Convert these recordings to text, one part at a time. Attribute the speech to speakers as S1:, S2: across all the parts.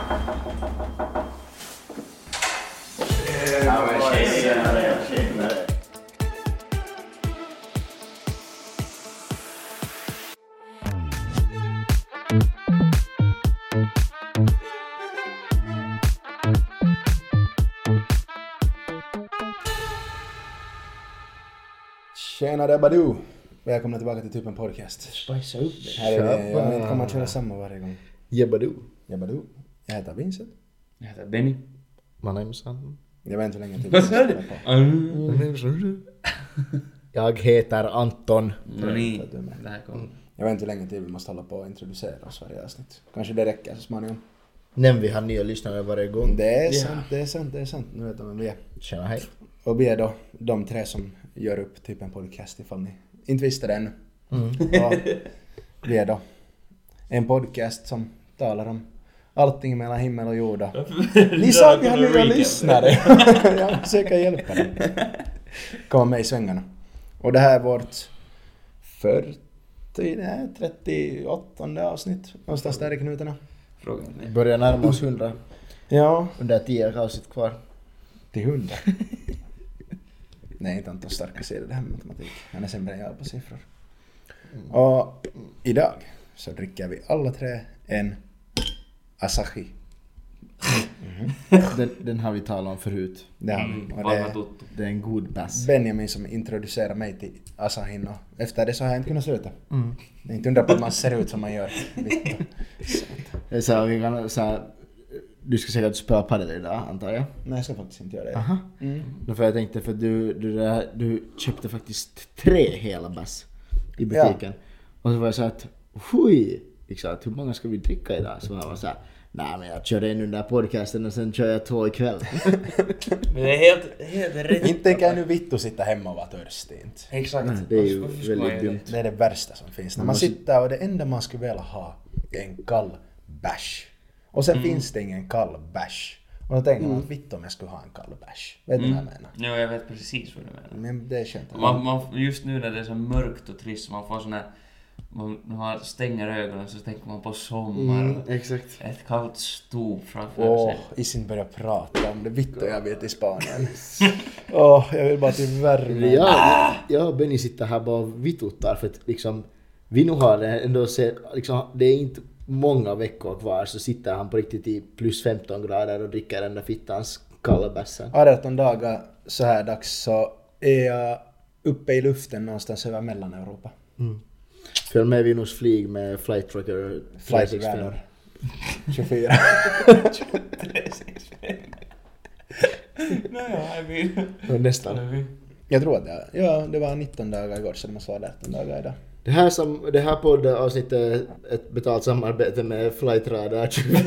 S1: Tjena Dabadoo! Välkomna tillbaka till Typen Podcast.
S2: Spice upp det.
S1: Här är det, jag vet inte om man köra samma varje gång.
S2: Jabadoo.
S1: Jabadoo. Jag heter Vincent.
S3: Jag heter Benny.
S2: My name is Anton.
S1: Jag vet inte hur länge till.
S3: Vad sa du?
S2: Jag heter Anton.
S3: Nej, det här kommer.
S1: Jag vet inte hur länge till vi måste hålla på och introducera oss varje avsnitt. Kanske det räcker så småningom.
S2: Nämn vi har nya lyssnare varje gång.
S1: Det är sant. Nu vet de vem vi är.
S2: Tjena, hej.
S1: Och vi är då de tre som gör upp Typen Podcast ifall ni inte visste det ännu. Och vi är då en podcast som talar om allting mellan himmel och jord. Ni sa att vi har nya lyssnare. Jag försöker hjälpa dem. Komma med i svängarna. Och det här är vårt 38:e avsnitt. Någonstans där i knutarna.
S3: Frågan är.
S2: Börjar närma oss 100.
S1: Ja.
S2: Under 10 avsnitt kvar.
S1: Till 100. Nej, inte Antons starka sida det här med matematik. Han är sämre än jag på siffror. Och idag så dricker vi alla tre en Asahi.
S2: Den har vi talat om förut.
S1: Det har vi. Och
S3: Varma tuttu.
S2: Det är en god bass.
S1: Benjamin som introducerade mig till Asahin och efter det så har jag inte kunnat sluta. Det är inte undra på att man ser ut som man gör.
S2: Så vi kan så du ska säkert spela padel idag, antar jag.
S1: Nej, jag ska faktiskt inte göra det.
S2: Aha. För jag tänkte för du köpte faktiskt 3 hela bass i butiken. Och så var jag så att liksom, hur många ska vi dricka idag? Så jag var så här, nej men jag kör en under podcasten och sen kör jag 2 ikväll.
S3: Men det är helt rätt.
S1: Inte kan nu vittu sitta hemma och vara törstig inte.
S3: Exakt.
S2: Nej, det är ju
S3: Varför ska man
S2: väldigt
S3: göra
S2: dumt.
S1: Det är det värsta som finns. När man sitter och det enda man skulle vilja ha är en kall bärs. Och sen finns det ingen kall bärs. Och då tänker man att vitt om jag skulle ha en kall bärs. Vet du vad jag menar?
S3: Ja, jag vet precis vad du menar.
S1: Men det är skönt.
S3: Man, just nu när det är så mörkt och trist, man får sån här, man stänger ögonen så tänker man på sommar.
S2: Exakt.
S3: Ett kallt stop framför sig.
S1: Isin börjar prata om det. Vitt och jag vet i Spanien. Jag vill bara till värme.
S2: Jag och Benny sitter här bara och vituttar för att liksom, vi nu har det ändå liksom, det är inte många veckor kvar så sitter han på riktigt i plus 15 grader och dricker den där fittans kalla bässen.
S1: 18 dagar så här dags så är jag uppe i luften någonstans över Mellaneuropa.
S2: Följ med Vinus flyg med Flight Tracker
S1: Flight Runner 24.
S2: Nästan.
S1: Jag tror att det var 19 dagar igår så det måste vara 18 dagar idag.
S2: Det här poddavsnittet är ett betalt samarbete med Flight Radar 24.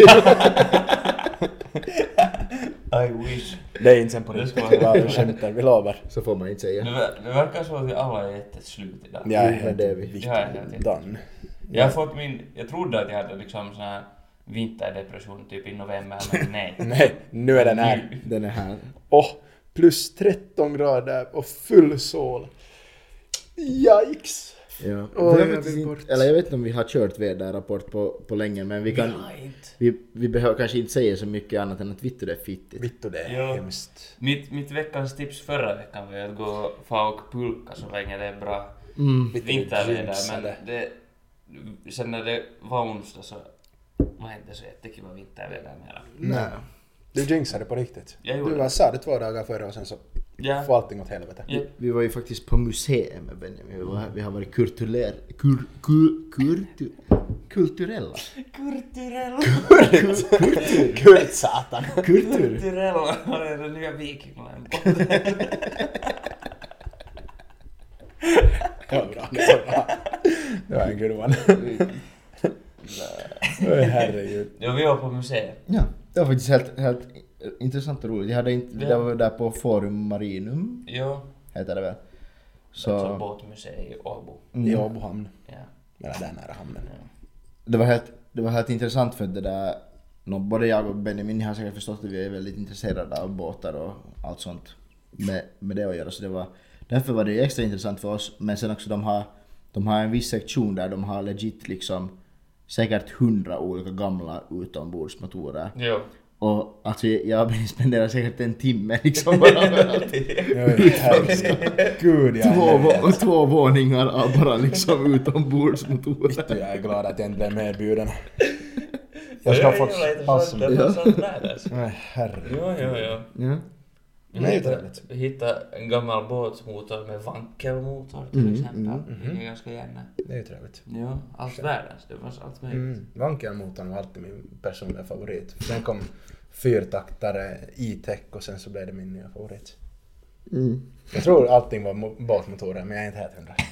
S3: I wish.
S1: Det är inte sen på riktigt. Det var skämtar, vi lovar.
S2: Så får man inte säga.
S3: Det verkar så att vi alla är ett slut idag.
S1: Jag är
S2: men
S1: helt
S2: det är vi.
S1: viktigt. Done.
S3: Jag har fått jag trodde att jag hade liksom sån här vinterdepression typ i november, men nej.
S1: Nej, nu är den här.
S2: Den är här.
S1: Plus 13 grader och full sol. Yikes!
S2: Ja.
S1: Jag vill bort.
S2: Jag vet inte om vi har kört väderrapport på länge, men vi behöver kanske inte säga så mycket annat än att vittu det är fittigt.
S1: Vittu det är
S3: Ja.
S1: hemskt.
S3: Mitt veckans tips förra veckan var att gå och pulka så länge det är bra vinterväder, men sen när det var onsdag så var det inte så jättekiva vinterväder mera.
S1: Nej. Du jinxade på riktigt.
S3: Jag gjorde
S1: Du sa det 2 dagar före och sen så får allting åt helvete.
S3: Ja.
S2: Vi var ju faktiskt på museum med Benjamin. Vi har varit kulturella.
S1: Kurt satan.
S3: Kulturella var det den nya Vikingland.
S1: Det var bra. Det var en good one. Herregud.
S3: Ja, vi var på museet.
S2: Ja, det var faktiskt helt intressant och roligt. Jag var där på Forum Marinum,
S3: Jo.
S2: heter det väl.
S3: Så båtmuseet i Åbo.
S1: I Åbohamn.
S3: Ja.
S1: Eller där nära hamnen.
S2: Det var helt intressant för det där. Både jag och Benjamin har säkert förstått att vi är väldigt intresserade av båtar och allt sånt med det att göra. Så därför var det extra intressant för oss. Men sen också de har en viss sektion där de har legit liksom säkert 100 olika gamla utombordsmotorer.
S3: Jo.
S2: Och alltså jag spenderar säkert en timme liksom bara
S1: Gud,
S2: två våningar av bara liksom utombordsmotorer.
S1: Jag är glad att jag inte blev medbjuden. Jag ska få passa mig. Nej, herre.
S3: Jo.
S1: Det är trevligt.
S3: Hitta en gammal båtmotor med vankelmotor till exempel. Det är ganska gärna.
S1: Det är ju trevligt.
S3: Ja, allt världens. Det var allt möjligt.
S1: Vankelmotorn var alltid min personliga favorit. Sen kom fyrtaktare, E-tech och sen så blev det min nya favorit. Jag tror allting var båtmotorer, men jag är inte helt hundra.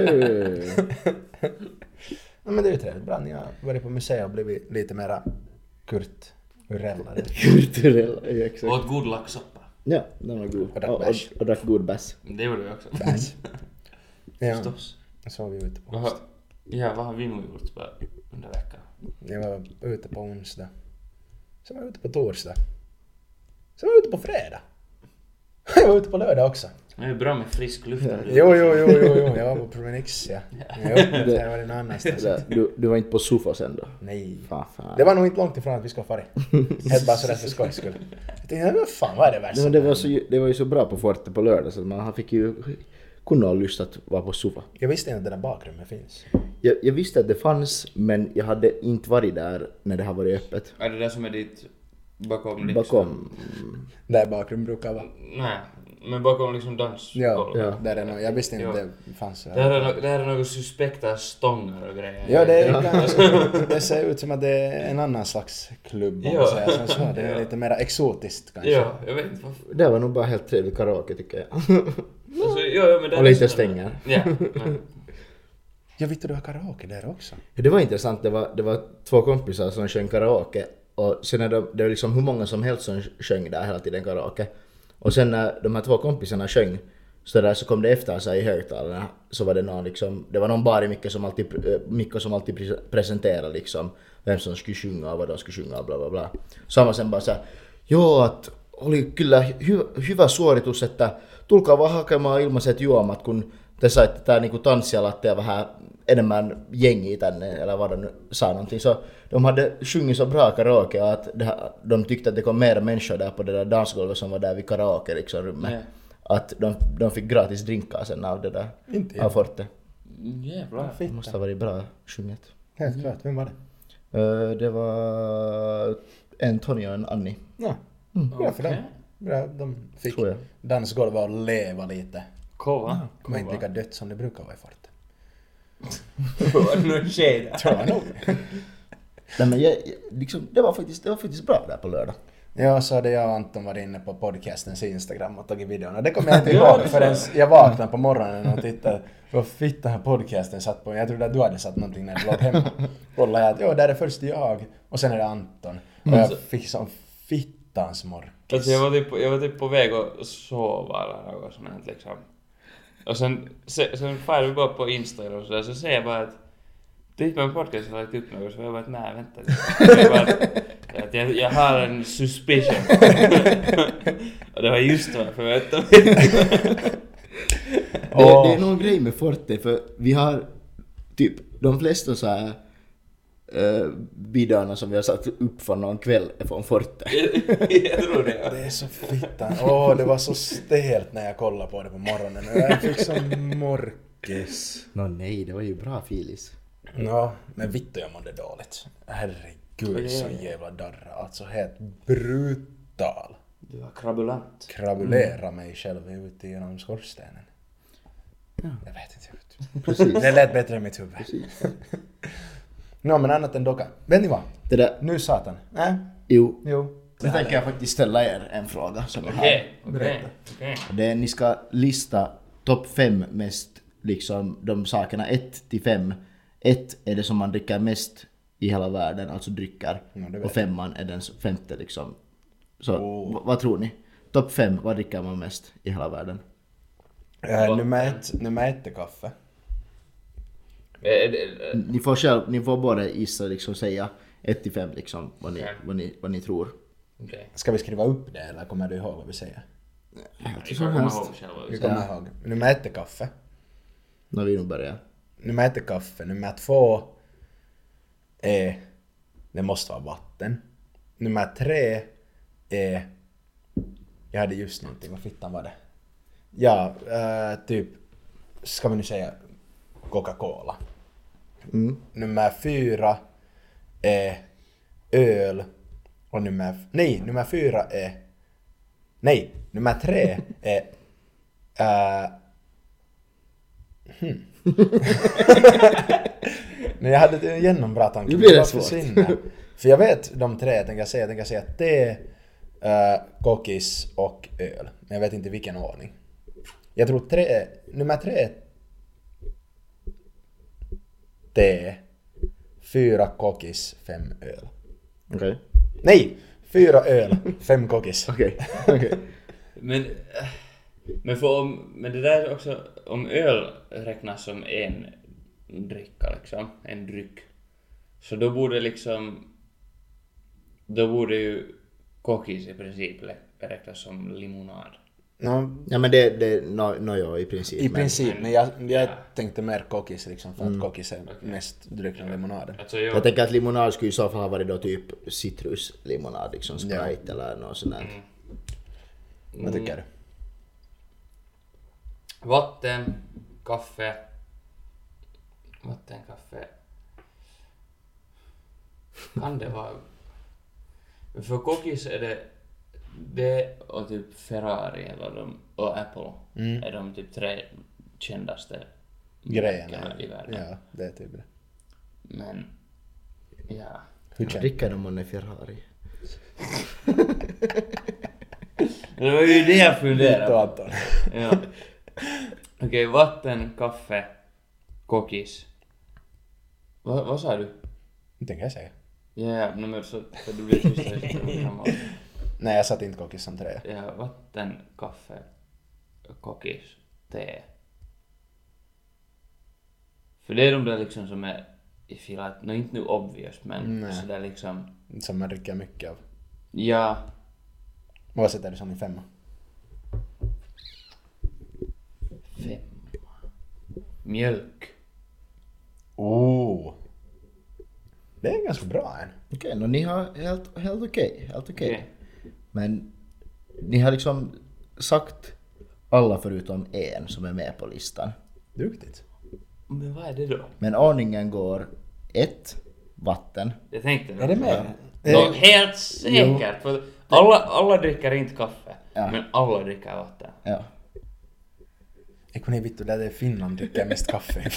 S1: Ja, men det är ju trevligt. Ibland jag har varit på museet och blivit lite mera kulturellare.
S2: Kulturella, exakt.
S3: Och ett god laxsoppa.
S2: Ja, den var god.
S1: Och drack
S2: god bärs.
S3: Det gjorde vi också.
S1: Bärs. Ja,
S3: Förstås.
S1: så var vi ute på
S3: Vad har vi nog gjort under veckan?
S1: Jag var ute på onsdag. Sen var jag ute på torsdag. Sen var jag ute på fredag. Jag var ute på lördag också.
S3: Det är bra med frisk luft.
S1: Jo. Jag var på Promenix, ja. Det var en annan stans.
S2: Du var inte på Sofos ändå?
S1: Nej.
S2: Fan.
S1: Det var nog inte långt ifrån att vi ska fara. Helt bara sådär för skojs skull. Jag tänkte, vad fan, vad är det värsta?
S2: Det var ju så bra på Forte på lördag så man fick ju kunna ha lust att vara på Sofa.
S1: Jag visste inte att det där bakrummet finns.
S2: Jag visste att det fanns, men jag hade inte varit där när det har varit öppet.
S3: Är det där som är ditt bakom?
S2: Bakom.
S1: Där bakrum brukar vara.
S3: Nej, men bakom liksom dansgolvet.
S1: Ja. Där är nog. Jag visste inte att det fanns.
S3: Det här är något suspekta stångar och grejer.
S1: Ja, det ser ut som att det är en annan slags klubb. Om man säger så. Det är lite mer exotiskt kanske.
S3: Ja, jag vet inte varför.
S2: Det var nog bara helt trevlig karaoke tycker jag.
S3: Alltså, men
S2: och lite stängar.
S3: Ja.
S1: Jag vet att du har karaoke där också.
S2: Det var intressant. Det var två kompisar som sjöng karaoke. Och sen är det var liksom hur många som helst som sjöng där hela tiden karaoke. Och sen när de här två kompisarna sjöng så kom det efter sig i högtalarna. Så var det någon liksom, det var någon bar i Mikko som alltid presenterade liksom vem som skulle sjunga och vad de skulle sjunga och bla bla bla. Så var sen bara så här, joo, että oli kyllä hyvä suoritus, että tulkaa vaan hakemaan ilmaiset juomat, kun te saitte tää niinku tanssialatte ja vähän enemmän jengiä tänne, eller vad de sa någonting. Så de hade sjungit så bra karaoke att de tyckte att det kom mer människor där på det där dansgolvet som var där vid karaoke liksom rummet. Yeah. Att de fick gratis drinkar sen av det där. Inte av Forte.
S3: Jävlar.
S2: Det måste ha varit bra sjunget.
S1: Helt klart. Vem var det?
S2: Det var en Tony och en Annie.
S1: Ja. Bra för dem. Bra, de fick dansgolvet att leva lite.
S3: Kova.
S1: Det var inte lika dött som det brukar vara i Forte.
S3: Tror
S1: jag nog.
S2: Nej, men liksom, det var faktiskt bra där på lördag.
S1: Ja, så hade jag och Anton varit inne på podcastens Instagram och tagit videon. Och det kommer jag inte ihåg förrän jag vaknade på morgonen och tittade vad fitt den här podcasten satt på. Jag trodde att du hade satt någonting när du låg hemma. Kollade jag att där är först jag och sen är det Anton. Och jag fick sån fittans morkis.
S3: Alltså jag var typ på väg att sova eller något sånt här liksom. Och sen färde vi bara på Instagram och så ser jag bara att typ en podcast har lagt upp något så jag bara att nej vänta. Jag har en suspicion. Och det var just varför jag vet.
S2: Det är någon grej med Forte för vi har typ de flesta så här videorna som vi har satt upp för någon kväll från Forte.
S3: Jag tror det.
S1: Det är så fittan. Det var så stelt när jag kollade på det på morgonen. Jag fick sån morkis.
S2: Nej, det var ju bra filis.
S1: Ja, men vittu jag mådde dåligt. Herregud, så jävla darra. Alltså helt brutal.
S3: Du var krabulant.
S1: Krabulera mig själv ut genom skorstenen.
S2: Ja.
S1: Jag vet inte.
S2: Precis.
S1: Det lät bättre i mitt huvud.
S2: Precis.
S1: Men annat än docka. Vet ni vad?
S2: Det där.
S1: Nu satan.
S2: Jo.
S1: Nu
S2: tänker jag faktiskt ställa er en fråga som jag har.
S3: Okej.
S2: Det är, ni ska lista topp 5 mest, liksom de sakerna 1-5. 1 är det som man dricker mest i hela världen, alltså drycker. Och 5:an är den femte liksom. Så vad tror ni? Topp 5, vad dricker man mest i hela världen?
S1: Nummer 1 är kaffe.
S2: Ni får bara gissa liksom säga 1-5 liksom vad ni tror.
S3: Okay.
S1: Ska vi skriva upp det eller kommer du ihåg vad vi säger?
S3: Vi kommer
S1: ihåg. Nummer 1 är kaffe.
S2: När vi nu börjar.
S1: Nummer 1 är kaffe. Nummer 2 är, det måste vara vatten. Nummer 3 är, jag hade just någonting, vad fittan var det? Ja, typ, ska vi nu säga Coca-Cola. Nummer 4 är öl. Och nummer 3 är Men jag hade en genombra tanke.
S2: Nu blir det svårt.
S1: För jag vet de 3, jag tänker säga te, kokis och öl. Men jag vet inte vilken ordning. Jag tror nummer 3 är te, 4 kokis, 5 öl.
S2: Okej.
S1: Nej! 4 öl, 5 kokis.
S2: Okej.
S3: Men det där är också, om öl räknas som en dricka liksom, en dryck, så då borde ju kokis i princip räknas som limonad.
S2: Ja men det ja, i princip.
S1: I princip, men jag tänkte mer kokis liksom, för att kokis är mest dryck än limonaden.
S3: Alltså,
S2: Jag tänker att limonad skulle i så fall ha varit då typ citruslimonad, liksom Sprite eller något sånt där.
S1: Vad tycker du?
S3: Vatten, kaffe. Kan det vara... För kokis är det och typ Ferrari och Apple är de typ 3 kändaste
S1: Grejerna
S3: i världen.
S1: Ja, det är typ det.
S3: Men, ja.
S2: Hur dricker de en Ferrari?
S3: Det var ju det jag funderade på.
S1: Anton.
S3: Ja. Okej, vatten, kaffe, kokis. Vad sa du?
S1: Det tänker jag säga.
S3: Ja, men så för du blir tyst.
S1: Nej, jag satt inte kokis som 3.
S3: Ja, vatten, kaffe, kokis, te. För det är de där liksom som är i filat, inte nu obvious, men sådär liksom...
S1: Som man dricker mycket av.
S3: Ja.
S1: Vad sätter du som i 5?
S3: 5. Mjölk.
S1: Det är ganska bra än.
S2: Okej, ni har helt okej. Men ni har liksom sagt alla förutom en som är med på listan.
S1: Duktigt.
S3: Men vad är det då?
S2: Men ordningen går 1, vatten.
S3: Jag tänkte
S1: Är det med?
S3: Helt säkert. För alla dricker inte kaffe, men alla dricker vatten.
S2: Ja.
S1: Jag kunde vittu, där det är Finland dricker mest kaffe.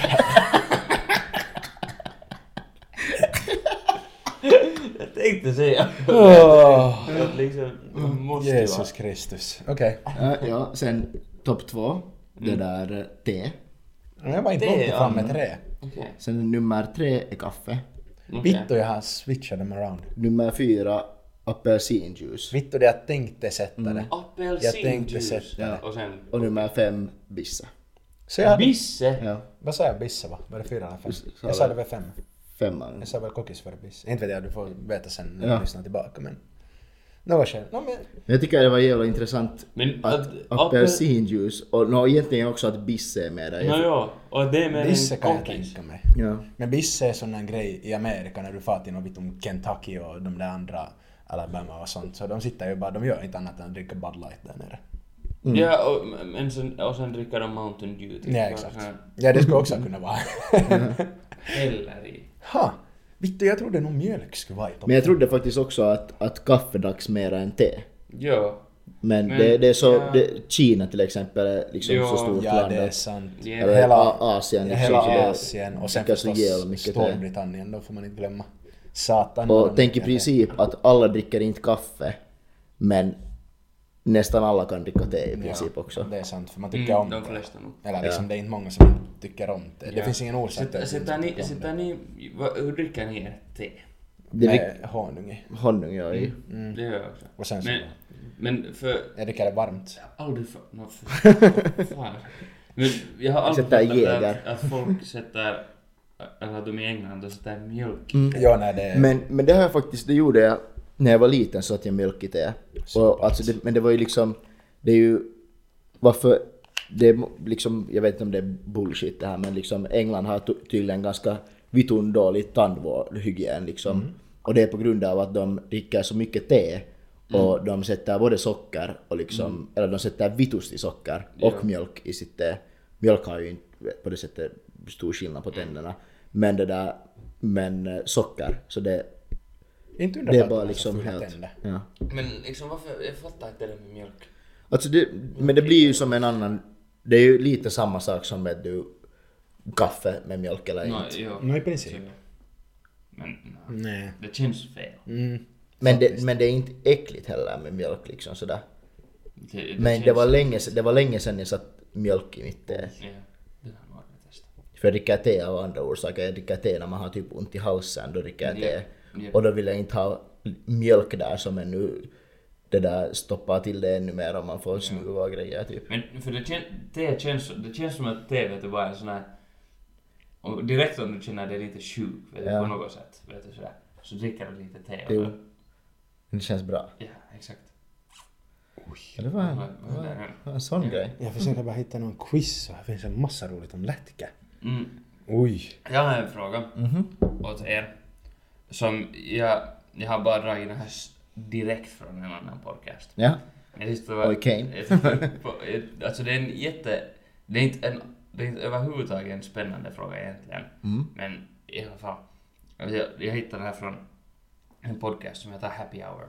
S3: Jag tänkte säga. Liksom, måste
S1: Jesus Kristus. Okej.
S2: Ja, sen topp 2. Det där te.
S1: Jag var inte långt fram med 3.
S3: Okay.
S2: Sen nummer 3 är kaffe.
S1: Vittu, jag har switchat dem around.
S2: Nummer 4 apelsinjuice.
S1: Vittu, det jag tänkte sätta det. Jag tänkte
S3: Apelsinjuice.
S1: sätta det.
S2: Och nummer 5 bisse.
S1: Så jag hade...
S3: Bisse?
S2: Ja.
S1: Vad sa jag bisse va? Var det 4 eller 5? Jag sa det väl 5.
S2: 5.
S1: Jag sa väl kokis för bisse. Inte vet jag, du får veta sen när du lyssnar tillbaka, men... Något skäl. Men...
S2: Jag tycker det var jävla intressant
S3: men
S2: att apelsinjuice och egentligen också att bisse är med där.
S3: Ja, och det är med
S1: bisse
S3: en
S1: kan jag
S3: kokis.
S1: tänka mig.
S2: Ja.
S1: Men bisse är sån en grej i Amerika när du far till något om Kentucky och de där andra Alabama och sånt. Så de sitter ju bara, de gör inte annat än att dricka Bud Light där nere.
S3: Ja, och sen dricker de Mountain Dew.
S1: Ja, exakt. Ja, det skulle också kunna vara.
S3: Eller i.
S1: Vittu, jag trodde nog mjölk skulle vara i toppen.
S2: Men jag trodde faktiskt också att kaffe dracks mera än te.
S3: Ja.
S2: Men det är så, Kina till exempel är liksom så stort
S1: ja,
S2: land.
S1: det är sant.
S2: Eller
S1: Hela
S2: Asien. Liksom,
S1: hela
S2: så det
S1: Asien och sen
S2: så jävla
S1: förstås
S2: mycket te.
S1: Storbritannien, då får man inte glömma. Satan.
S2: Och tänk i princip att alla dricker inte kaffe, men nästan alla kan dricka te i princip också.
S1: Det är sant, för man tycker om
S3: de flesta nog.
S1: Eller liksom, det är inte många som inte tycker om det. Det finns ingen orsak till
S3: Sätter ni, hur dricker ni ert te?
S1: med honung i.
S2: Honung, ja.
S3: Det gör jag också.
S1: Och sen så
S3: Men för...
S1: jag dricker det varmt.
S3: Aldrig fan. Men jag har aldrig
S2: Sätter
S3: fattat
S2: jäger.
S3: att folk sätter... Eller att de i England och sätter mjölk.
S1: Ja, nej, det...
S2: Men det har jag faktiskt, det gjorde jag när jag var liten, så att jag mjölk i te. Och alltså men det var ju liksom, det är ju, varför, det är liksom, jag vet inte om det är bullshit det här, men liksom England har tydligen ganska vitun dålig tandhygien liksom. Och det är på grund av att de dricker så mycket te och de sätter både socker och liksom, eller de sätter vitust i socker och mjölk i sitt te. Mjölk har ju inte på det sättet stor skillnad på tänderna. Men socker, så det är bara liksom helt... Ja.
S3: Men liksom varför, jag fattar inte det med mjölk.
S2: Alltså men det blir ju som en annan... Det är ju lite samma sak som med kaffe med mjölk eller inte.
S1: No, i princip.
S3: Men
S1: nej.
S3: Det känns fel.
S2: Men det är inte äckligt heller med mjölk liksom sådär. Men
S3: känns...
S2: det var länge sedan jag satt mjölk i mitt te.
S3: Ja, det har man testat.
S2: För jag dricker te av andra orsaker. Jag dricker te när man har typ ont i halsen, då dricker jag te. Och då vill jag inte ha mjölk där som är nu... Det där stoppar till det ännu mer om man får snuva och grejer typ. Men
S3: för det känns som att te vet du bara är en sån här... Och direkt om du känner det lite sjuk vet du, på något sätt, vet du, sådär, så dricker du lite te.
S2: Jo. Det känns bra.
S3: Ja, exakt.
S2: Det var en sån grej.
S1: Jag försöker bara hitta någon quiz och här finns en massa roligt om lätkä. Oj.
S3: Jag har en fråga åt er. Som jag har bara dragit den här direkt från en annan podcast.
S2: Ja.
S3: Okej. Alltså det är en det är inte överhuvudtaget en spännande fråga egentligen. Men i alla fall. Jag hittade den här från en podcast som heter Happy Hour.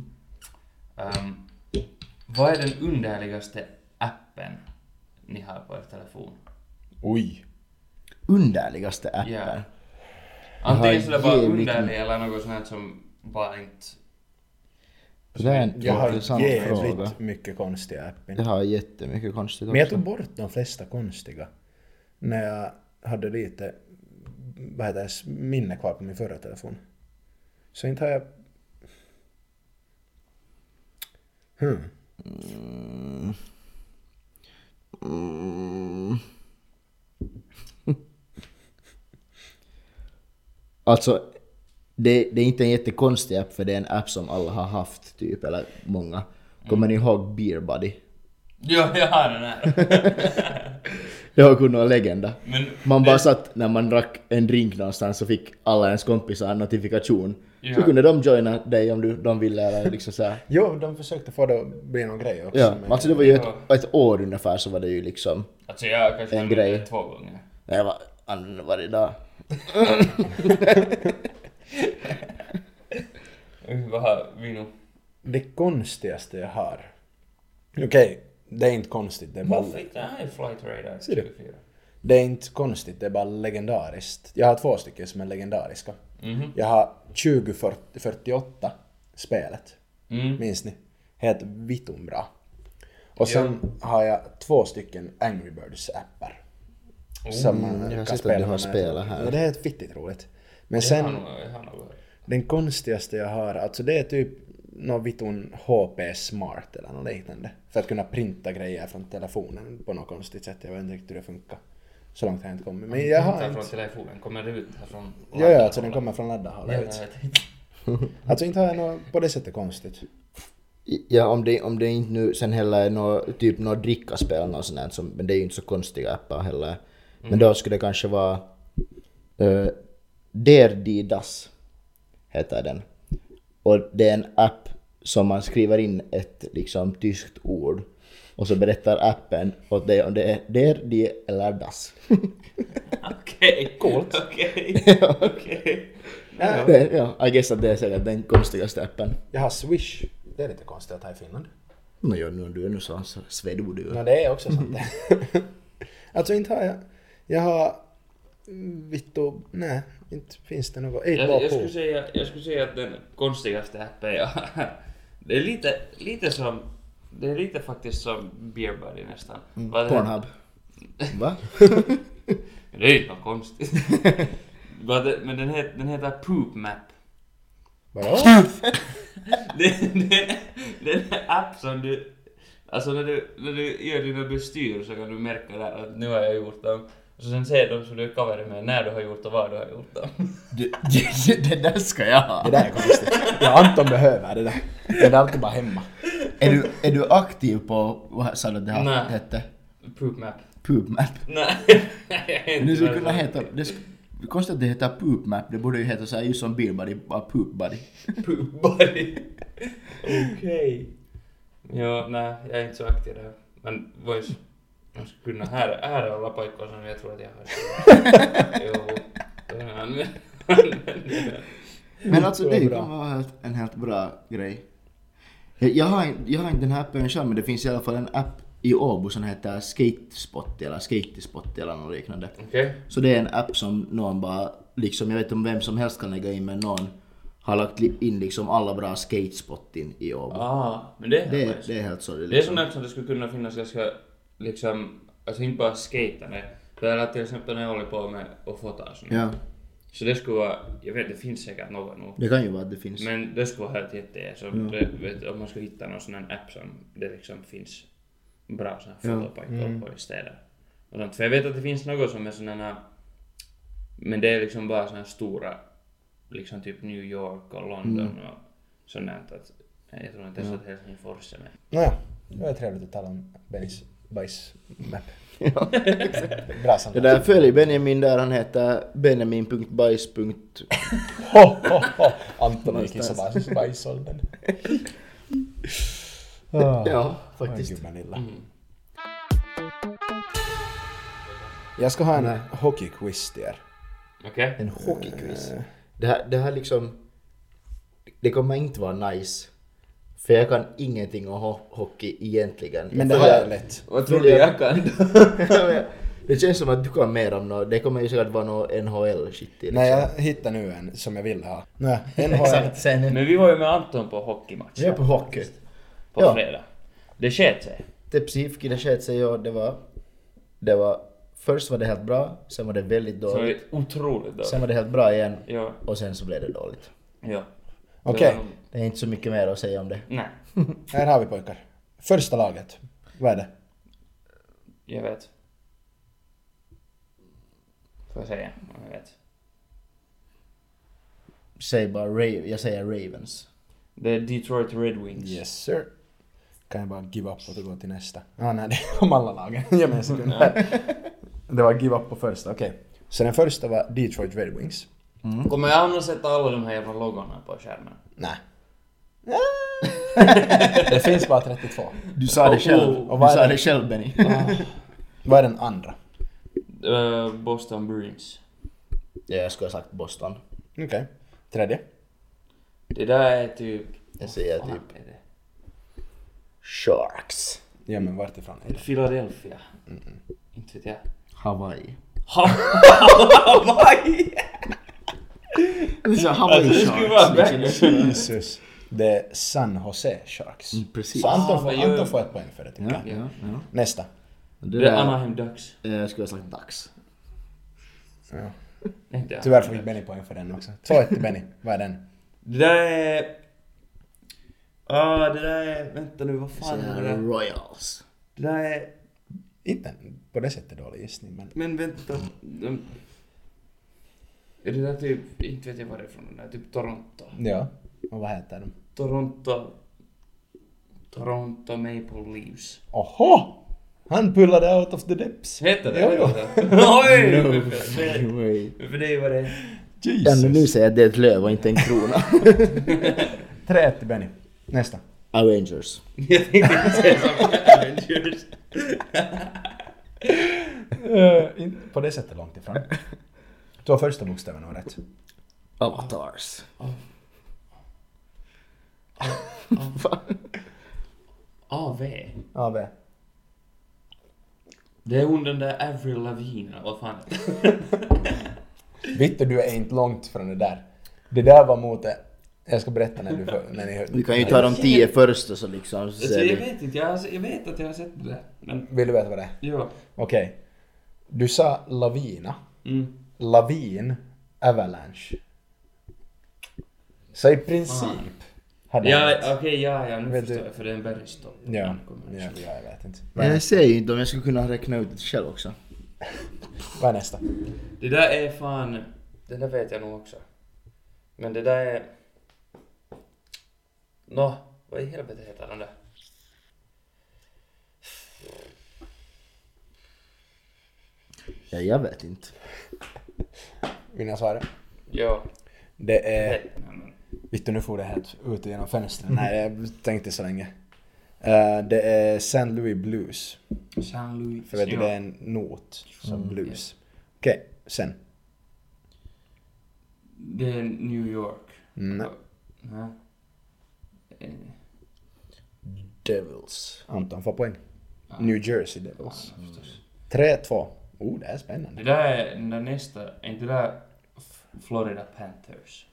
S3: Vad är den underligaste appen ni har på er telefon?
S1: Oj.
S2: Underligaste appen?
S3: Ja. Antingen sådär bara underlig eller något sånt som bara inte...
S1: Jag har jävligt mycket konstiga appar.
S2: Jag har jättemycket konstigt också.
S1: Men jag tog bort de flesta konstiga när jag hade lite minne kvar på min förra telefon. Så inte har jag...
S2: Alltså det är inte en jättekonstig app, för det är en app som alla har haft typ, eller många. Kommer ni ihåg Beer Buddy?
S3: Ja, jag har den här.
S2: Det var kunnat vara legenda.
S3: Men
S2: man bara satt när man drack en drink någonstans så fick alla ens kompisar en notifikation.
S3: Ja.
S2: Så kunde de joina dig om de ville eller liksom så här.
S1: Jo, de försökte få det att bli någon grej också.
S2: Ja, alltså det var ju ett år ungefär så var det ju liksom
S3: alltså jag kanske
S2: en grej.
S3: Det 2 gånger.
S2: Jag använde varje dag.
S3: Vad har vi nu?
S1: Det konstigaste jag har. Okej, det är inte konstigt. Det är bara...
S3: Det här är Flight Radar 24.
S1: Det är inte konstigt, det är bara legendariskt. Jag har 2 stycken som är legendariska. Jag har 2048 spelet. Minns ni? Helt vittum bra. Och sen har jag 2 stycken Angry Birds appar. Som
S2: jag kan spela med. Spelat här.
S1: Ja, det är ett fittigt roligt. Men sen den konstigaste jag har, alltså det är typ någon vitun HP Smart eller något liknande. För att kunna printa grejer från telefonen på något konstigt sätt. Jag vet inte riktigt hur det funkar. Så långt har jag inte kommit. Men jag har inte...
S3: från telefonen, kommer det ut här från...
S1: Ja, alltså den kommer från laddarhållet. Alltså inte har jag något på det sättet konstigt.
S2: Ja, om det inte nu sen heller är något drickaspel eller något sånt, men det är ju inte så konstiga appar heller. Men då skulle det kanske vara Derdidas heter den. Och det är en app som man skriver in ett liksom tyskt ord och så berättar appen åt dig om det är Derdi eller das.
S3: Okej,
S1: coolt.
S3: Okej.
S2: Ja, I guess att det är säkert den konstigaste appen.
S1: Jag har Swish. Det är lite konstigt att ha i Finland.
S2: Men du är nu så svedod du.
S1: Ja, det är också sant. Alltså inte har jag har Vittu, nej, inte finns det något.
S3: Jag skulle säga att den konstigaste appen jag har. Det är lite som, det är lite faktiskt som Beer Buddy nästan.
S2: Pornhub. Va?
S3: Det är inte något konstigt. Men den heter Poop Map.
S1: Vadå?
S3: Det är en app som du... Alltså när du gör dina bestyr så kan du märka där att nu har jag gjort dem. Och så sen ser de så du coverar med när du har gjort och vad du har gjort dem.
S2: Det där ska jag ha.
S1: Det där är konstigt. Ja, Anton behöver det där. Det är alltid bara hemma.
S2: Är du aktiv på, vad sa du att det hette?
S3: Poop Map.
S2: Poop Map.
S3: Nej.
S2: Det skulle kunna heta, Konstigt att det heter Poop Map. Det borde ju heta så här just som Beer-buddy, bara Poop Buddy.
S3: Poop Buddy. Okej. Ja, nej, jag är inte så aktiv där. Men vois, man skulle kunna här är alla paikkoja som jag tror att jag har. Jo.
S2: Men alltså det kan vara en helt bra grej. Jag har inte den här appen själv, men det finns i alla fall en app i Åbo som heter Skatespot eller Skatespot eller något liknande.
S3: Okej.
S2: Så det är en app som någon bara, liksom, jag vet inte om vem som helst kan lägga in, men någon har lagt in liksom alla bra skatespot in i Åbo.
S3: Men det
S2: är helt så.
S3: Det är sånt där som det skulle kunna finnas ganska, liksom, alltså inte bara skatande. Det är till exempel när jag håller på med att fota sånt.
S2: Ja.
S3: Så det skulle vara, jag vet det finns säkert något nu.
S2: Det kan ju vara att det finns.
S3: Men det skulle vara helt jätte, så om man ska hitta någon sån här app som det liksom finns bra såna fotopaikor på i städer. Och sånt. För jag vet att det finns något som är såna, men det är liksom bara såna stora, liksom typ New York och London och sånt där. Att jag tror inte ens att Helsingfors är med.
S1: Nåja, det var trevligt att tala om Bennys bajs-map.
S2: Ja,
S1: Bra samtal.
S2: det där följer Benjamin där, han heter benjamin.bajs.
S1: Anton har kissat bajsåldern.
S2: Ja, faktiskt.
S1: Jag ska ha en hockeyquiz till er.
S3: Okej.
S2: En hockeyquiz. Det här liksom, det kommer inte vara nice. För jag kan ingenting om hockey egentligen.
S1: Men det här är lätt.
S3: Vad tror du jag kan?
S2: Det känns som att du kan mer om något. Det kommer ju säkert vara något NHL-shit. Liksom.
S1: Nej, jag hittar nu en som jag vill ha. Nej, NHL.
S2: Exakt, sen.
S3: Men vi var ju med Anton på hockeymatch.
S2: Vi är på hockey.
S3: På fredag. Det sket sig.
S2: Tepsivki, det sket sig och det var först var det helt bra, sen var det väldigt
S3: Så
S2: dåligt.
S3: det är otroligt dåligt.
S2: Sen var det helt bra igen
S3: Ja.
S2: och sen så blev det dåligt.
S3: Ja.
S1: Okej.
S2: Det är inte så mycket mer att säga om det.
S3: Nej,
S1: Här har vi pojkar. Första laget. Vad är det?
S3: jag vet. Får jag säga om jag vet.
S2: Säg bara jag säger Ravens.
S3: Det är Detroit Red Wings.
S1: Yes sir. Kan jag bara give up och gå till nästa? Nej, det är om alla lagen. Ge mig en sekund här. Det var give up på första, okej. Så den första var Detroit Red Wings.
S3: Kommer jag annars sätta alla de här jävla logorna på skärmen?
S1: Nej. Det finns bara 32.
S2: Du sa det själv.
S1: Och
S2: Du
S1: vad är
S2: sa
S1: det?
S2: det själv, Benny.
S1: Vad är den andra?
S3: Boston Bruins.
S2: Ja, jag skulle ha sagt Boston.
S1: Okej. Tredje?
S3: Det där är typ...
S2: Jag säger
S3: Fan,
S2: typ
S3: är det?
S2: Sharks.
S1: Ja, men vart ifrån är det?
S3: Philadelphia. Inte vet jag.
S2: Hawaii.
S3: Hawaii!
S2: Det är Hawaii
S3: Alltså, det skulle vara
S2: Sharks.
S3: bättre.
S1: Jesus. Det är San Jose Sharks.
S2: Precis.
S1: Så Anton
S3: vad gör-
S1: får ett poäng för det, tycker jag.
S2: Ja.
S1: Nästa.
S3: Det är Anaheim Ducks.
S2: Jag skulle ha sagt Ducks.
S1: Ja.
S3: Inte jag.
S1: Tyvärr fick Benny poäng för den också. 2-1 till Benny. Vad är den?
S3: Det där är... det där är... Vänta nu, vad fan är det där?
S2: Royals.
S3: Det där är...
S1: Inte på det sättet dålig gissning, men...
S3: Men vänta. Är det där typ... Inte vet jag vad det är från den där. Typ Toronto.
S1: Ja. Och vad heter de?
S3: Toronto Maple Leafs.
S1: Oho! Han pullade out of the depths.
S3: Heter det?
S1: Jo, jo.
S3: Oj! För det är vad det är.
S2: Ja, men nu säger jag att det är ett löv och inte en krona.
S1: 3-1 till Benny. Nästa.
S2: Avengers.
S3: Jag tänkte inte säga som Avengers.
S1: Inte på det sättet långt ifrån. Du har första bokstäven och rätt.
S2: Avatars.
S3: AV.
S1: AV.
S3: Det är hon den där Avril Lavigne, vad fan.
S1: Vitte, du är inte långt från det där. Det där var mot det. Jag ska berätta när ni hör.
S2: Vi kan ju ta de 10 första så liksom. Så
S3: Alltså,
S2: ser
S3: jag
S2: vi.
S3: vet inte, jag vet att jag har sett det. Men,
S1: Vill du veta vad det är?
S3: ja.
S1: Okej. Du sa lavina.
S3: Mm.
S1: Lavin. Avalanche. Så i princip hade jag rätt.
S3: Ja, okej, ja, nu
S1: Vet
S3: förstår
S1: du-
S3: jag, för det är en bergstopp.
S1: Ja, jag vet inte.
S2: Men jag säger ju inte om jag skulle kunna räkna ut det själv också.
S1: Vad är nästa?
S3: Det där är fan... Det där vet jag nog också. Men det där är... Vad i helvete heter den där?
S2: Ja, jag vet inte.
S1: Vill jag svara?
S3: Ja.
S1: Det är... Vittu, nu får det helt ut genom fönstret. Nej, jag tänkte så länge. Det är St. Louis Blues.
S3: St. Louis.
S1: För vet du, det är en not som blues. Okej, sen.
S3: Det är New York.
S1: Nej.
S3: Nej.
S2: Devils.
S1: Anton får poäng. New Jersey Devils.
S3: Ja, förstås.
S1: 3-2. Det är
S3: Det
S1: spännande.
S3: där är den där nästa, är inte det där Florida Panthers?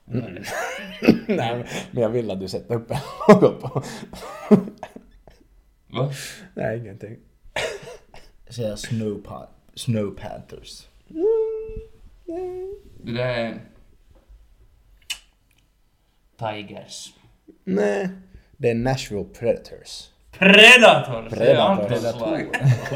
S1: Nej, men jag vill att du sätter upp en logo på.
S3: Va?
S1: Nej, ingenting.
S2: Jag säger Snow Panthers.
S3: Det där är Tigers.
S1: Nej, det är Nashville Predators.
S3: Predators! Det är
S1: Predators.
S3: Antons lag.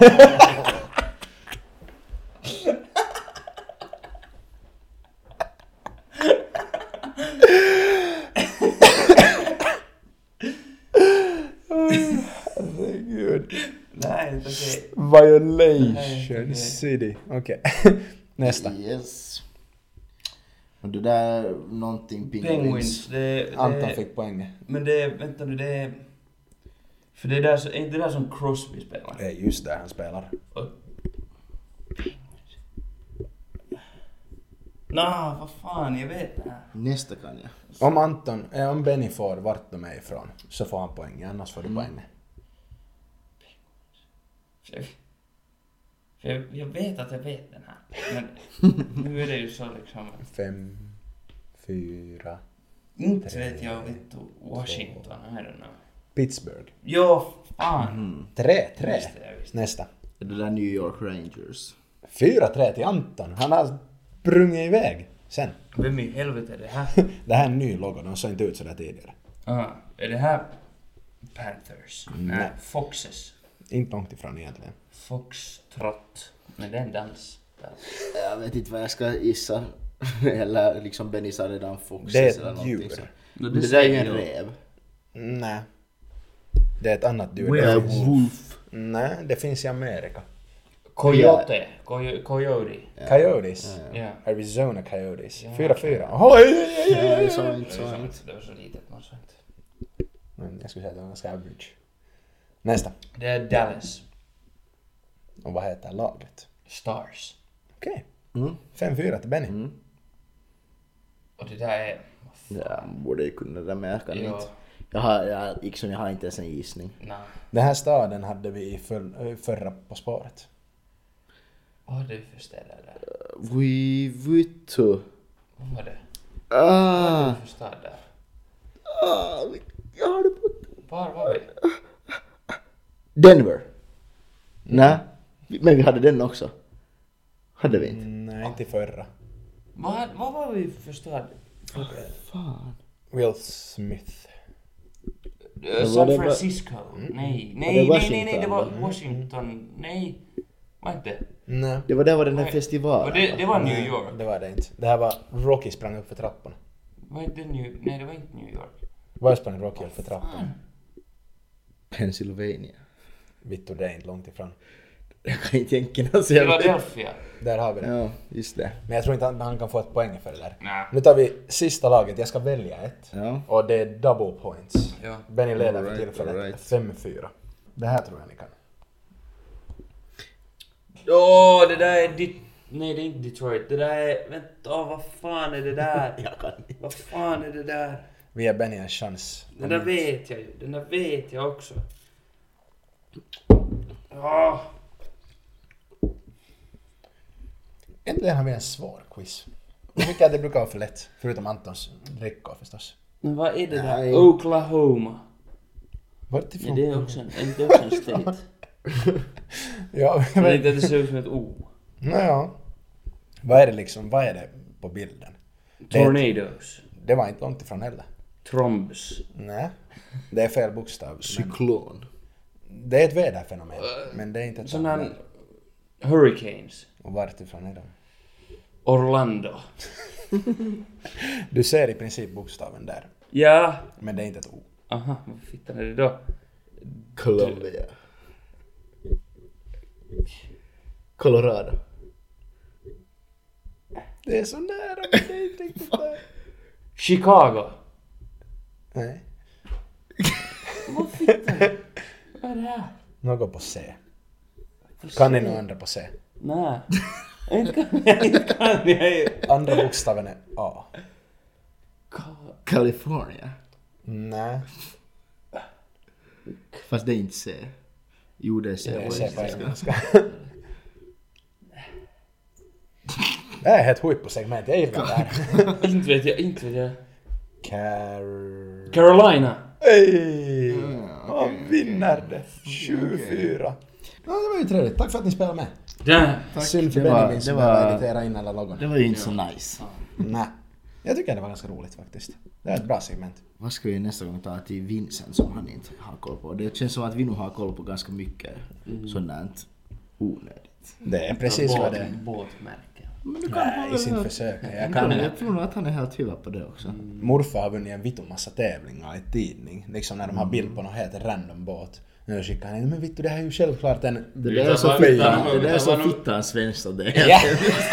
S1: Herregud.
S3: Nej, inte okej.
S1: Violation
S3: Nej.
S1: City. Okej. Nästa.
S2: Yes. Och det där är någonting
S3: Penguins. Det
S1: Anton fick poäng.
S3: Men det är, vänta nu, det är... För det är där, är inte det där som Crosby spelar?
S1: Det är just där han spelar.
S3: Vad fan, jag vet det här.
S2: Nästa kan jag.
S1: Om Benny får vart de är ifrån så får han poäng, annars får du poäng.
S3: För jag vet att jag vet den här. Men nu är det ju så liksom...
S1: 5, 4...
S3: Inte vet jag, vet du, Washington, I don't know.
S1: Pittsburgh.
S3: Jo, fan.
S1: 3-3.
S3: Just det, jag visste.
S1: Nästa.
S2: Det där New York Rangers.
S1: 4-3 till Anton. Han har sprungit iväg. Sen.
S3: Vem i helvete är det här?
S1: Det här är en ny logo, de såg inte ut sådär tidigare.
S3: Är det här Panthers?
S1: Nej.
S3: Foxes.
S1: Inte långt ifrån egentligen.
S3: Foxtrot. Men det är en dans.
S2: Jag vet inte vad jag ska gissa. Eller liksom Benny sa redan Foxes
S1: Det är ett
S2: eller någonting
S1: djur.
S2: så.
S3: Det
S2: Det där är ju en
S3: säger
S2: räv.
S1: Nej. Det är ett annat djur.
S3: Werewolf.
S1: Det finns-
S2: Wolf.
S1: Nej, det finns i Amerika.
S3: Coyote. Coyote.
S1: Coyotes.
S3: Ja.
S1: Arizona Coyotes.
S3: Ja.
S1: 4-4. Oj!
S2: Ja, det sa inte så.
S3: Det var så litet, man sa inte.
S1: Men jag skulle säga att det var ganska average. Nästa.
S3: Det är Dallas
S1: Och vad heter laget?
S3: Stars.
S1: Okej.
S2: Mm.
S1: 5-4 till Benny.
S2: Mm.
S3: Och det där är...
S2: Ja, borde ju kunna det där men jag kan
S3: Ja.
S2: inte. Jag har inte ens en gissning.
S3: Nej.
S1: Den här staden hade vi i förra På spåret.
S3: Vad har du för ställe där?
S2: Vittu.
S3: Vad var det? Vad har
S2: Ah.
S3: du för stad där?
S2: Jag har det på
S3: Var var vi?
S2: Denver. Nej, men vi hade den också. Hade vi inte?
S1: Nej, inte i förra.
S3: Vad var vi för stad?
S2: Fan.
S1: Will Smith.
S2: var
S3: San
S2: det
S3: Francisco? Nej, det var
S2: Washington,
S3: Washington. Nej, var inte?
S1: Nej,
S2: Det var där var den här
S3: Nej.
S2: festivalen.
S3: Och det var New York.
S1: det var det inte. Det här var Rocky sprang upp för trapporna.
S3: Var inte Nej, det var inte New York.
S1: Var sprang Rocky upp för trapporna?
S2: Pennsylvania.
S1: Vittu, det är inte långt ifrån.
S2: Jag kan inte tänka mig att säga.
S3: Philadelphia.
S1: Där har vi det.
S2: Ja, just det.
S1: Men jag tror inte att han kan få ett poäng för det där.
S3: Nej.
S1: Nu tar vi sista laget. Jag ska välja ett.
S2: Ja.
S1: Och det är double points.
S3: Ja.
S1: Benny leder för
S2: Alright,
S1: tillfället.
S2: alright.
S1: 5-4. Det här tror jag ni kan.
S3: Det där är Nej, det är inte Detroit. Det där är... Vänta, vad fan är det där?
S2: Jag kan inte.
S3: Vad fan är det där?
S1: Vi ger Benny en chans.
S3: Den där vet jag ju. Den där vet jag också. Åh.
S1: Äntligen har vi en svår quiz. Jag tycker att det brukar vara för lätt. Förutom Antons drickor förstås.
S3: Men vad är det där?
S2: Nej.
S3: Oklahoma.
S1: Vart
S3: Ja,
S1: ifrån?
S3: det är också en state.
S1: Ja,
S3: Jag
S1: men...
S3: tänkte att det ser ut som ett O.
S1: Naja. Vad är det liksom? Vad är det på bilden?
S3: Tornadoes.
S1: Det var inte långt ifrån heller.
S3: Trombs.
S1: Nej. Det är fel bokstav. Men
S2: Cyklon.
S1: det är ett väderfenomen. Men det är inte ett
S3: Sådana
S1: annat.
S3: hurricanes.
S1: Och vart ifrån är de?
S3: Orlando.
S1: Du ser i princip bokstaven där.
S3: Ja.
S1: Men det är inte ett O.
S3: Aha, vad fittan är det då?
S2: Columbia. Colorado.
S1: Det är så nära, men det är inte riktigt där.
S3: Chicago.
S1: Nej.
S3: Vad fittan? Vad är det här?
S1: Något på C. Kan ni några andra på C?
S3: Nej. Inte kan jag.
S1: Andra bokstaven är A.
S2: California.
S1: Nej.
S2: Fast det är inte C. Jo, det är C.
S1: Det är C på engelska. Det är ett huippusegment, jag gillar det här.
S3: Inte vet jag.
S1: Carolina. Hej! Han vinner det. 24. Ja, det var ju trevligt. Tack för att ni spelade med.
S3: Ja.
S1: Synd för
S2: Det var-
S1: Benjamin som
S2: det var-
S1: behöver editera in alla logon.
S2: Det var ju inte så nice.
S1: Nej. Jag tycker det var ganska roligt faktiskt. Det är ett bra segment.
S2: Vad ska vi nästa gång ta till Vincent som han inte har koll på? Det känns som att vi nu har koll på ganska mycket sådant onödigt.
S1: Det är precis vad det är.
S3: Båtmärke.
S1: Nej, i sin försök.
S2: Jag tror nog att han är helt hyvä på det också.
S1: Morfar har vunnit en vittu massa tävlingar i tidning. Liksom när de har bild på någon helt random båt. Nu skickar han in, men vittu det här är ju självklart en...
S2: Det där är så fittan svenskt av det.
S1: Ja.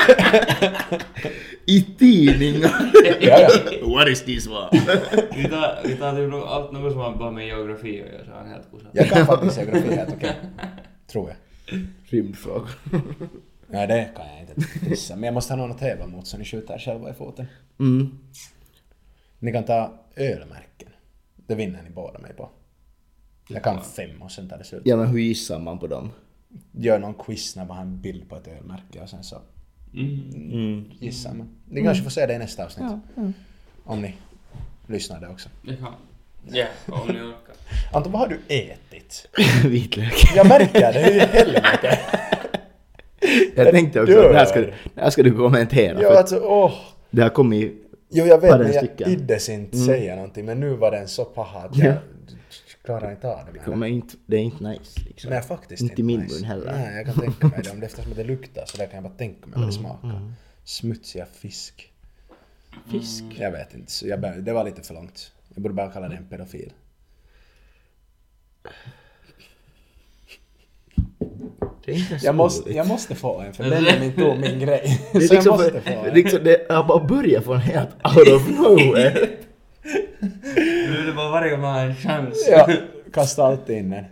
S2: I tidningar.
S1: Ja.
S2: What is this one?
S3: Vi tar typ allt något som har bara med geografi och gör så han helt kusat.
S1: Jag kan faktiskt geografi helt okej. Tror jag.
S2: Rymdfrågor.
S1: Nej, det kan jag inte tissa. Men jag måste ha någon att tävla mot så ni skjuter själva i foten. Ni kan ta ölmärken. Det vinner ni båda mig på. Jag kan 5 och sen tar det slut.
S2: Ja, men hur gissar man på dem?
S1: Gör någon quiz när man har en bild på ett ölmärke och sen så gissar man. Ni kanske får se det i nästa avsnitt. Om ni lyssnar det också.
S3: Ja, om ni orkar.
S1: Anton, vad har du ätit?
S2: Vitlök.
S1: Jag märker det i helvete.
S2: Jag tänkte också att det här ska du kommentera.
S1: Ja,
S2: För
S1: alltså,
S2: det har kommit...
S1: Jo, jag vet,
S2: Bara
S1: men jag
S2: stycken.
S1: iddes inte säga någonting. Men nu var den så paha att jag klarar inte av det.
S2: Det är inte nice. Liksom.
S1: Nej, faktiskt
S2: inte i min
S1: nice.
S2: mun heller.
S1: Nej, jag kan tänka mig det. Om det eftersom det luktar så där kan jag bara tänka mig vad det smakar. Smutsiga fisk.
S2: Fisk.
S1: Jag vet inte. Så det var lite för långt. Jag borde bara kalla det en pedofil.
S2: Det är inte så
S1: Jag måste få en, för Benjamin tog min grej.
S2: Det är
S1: Så
S2: liksom,
S1: jag måste få en.
S2: liksom det har bara börjat från helt out of nowhere.
S3: Nu är det bara varje gång man har en chans.
S1: Ja, kasta alltid in den.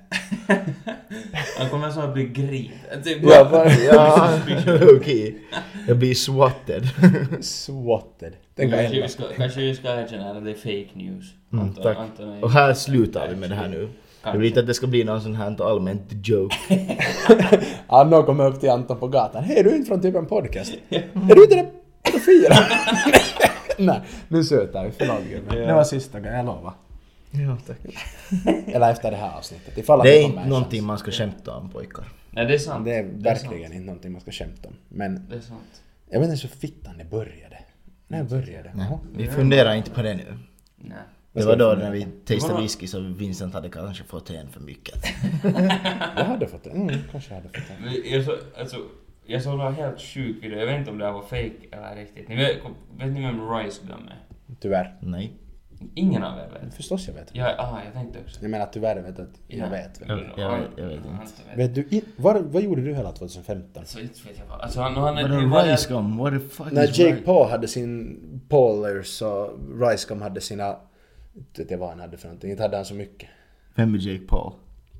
S3: Han kommer så att bli gripen. Typ
S2: Ja, okej. Jag blir swatted.
S1: Swatted. Den kan hända.
S3: Kanske vi ska erkänna att det är fake news.
S2: Tack. Och här slutar vi med det här nu. Jag vill inte att det ska bli någon sån här allmänt joke.
S1: Ja, någon kommer upp till Anton på gatan. Hej, du är inte från typ en podcast. Är du inte den pedofilen? Nej, nu sötar vi. Förlåt, gubben. Det var sista gången, jag lovar.
S2: Ja, tack.
S1: Eller efter det här avsnittet. Ifall att
S2: Det är
S1: kommer
S2: inte
S1: en
S2: någonting
S1: chans.
S2: man ska skämta om, pojkar.
S3: Nej, det är sant.
S1: Det är verkligen inte någonting man ska skämta om. Men
S3: Det är sant.
S1: jag vet inte så fittan det började. När började?
S2: Nej, vi funderar inte på det nu.
S3: Nej.
S2: Det var då när vi testade whisky så Vincent hade kanske fått en för mycket.
S1: Jag hade fått det. Kanske jag hade fått det.
S3: Men jag såg en helt sjuk video. Jag vet inte om det här var fake eller riktigt. Vet ni vem Rice Gum är?
S1: Tyvärr.
S2: Nej.
S3: Ingen av er vet.
S1: Förstås jag vet.
S3: Jag tänkte också.
S1: Jag menar tyvärr vet att jag vet.
S2: Jag vet inte.
S1: Vet du, vad gjorde du hela 2015?
S3: Så inte vet jag vad. Alltså han
S2: Vadå Rice Gum? What the fuck
S1: När
S2: is
S1: Jake
S2: Rice?
S1: Paul hade sin Paulers och Rice Gum hade sina... Inte vet jag vad han hade för någonting. Inte hade han så mycket.
S2: Vem är Jake Paul?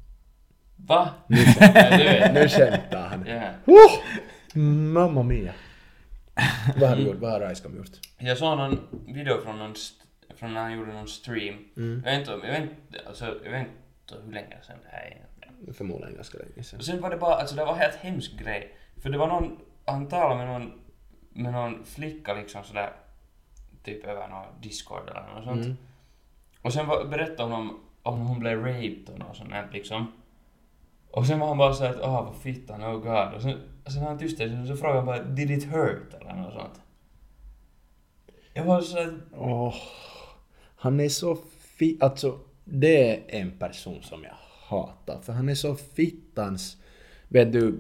S3: Va? Ja, du vet.
S1: Nu skämtar han.
S3: Ja.
S1: Mamma mia. Vad har du gjort? Vad har Rice Gum gjort?
S3: Jag såg någon video från när han gjorde någon stream. Jag vet inte hur länge sedan det här är egentligen.
S1: Förmodligen ganska länge sedan.
S3: Och sen var det bara, alltså det var helt hemsk grej. För det var någon, han talade med någon flicka liksom sådär, typ över någon Discord eller något sånt. Och sen berättade hon om hon blev raped och något sånt där liksom. Och sen var han bara såhär att, vad fittan, oh god. Och sen när han tystade så frågade han bara, did it hurt eller något sånt. Jag var såhär...
S1: Han är så alltså det är en person som jag hatar. För han är så fittans, vet du,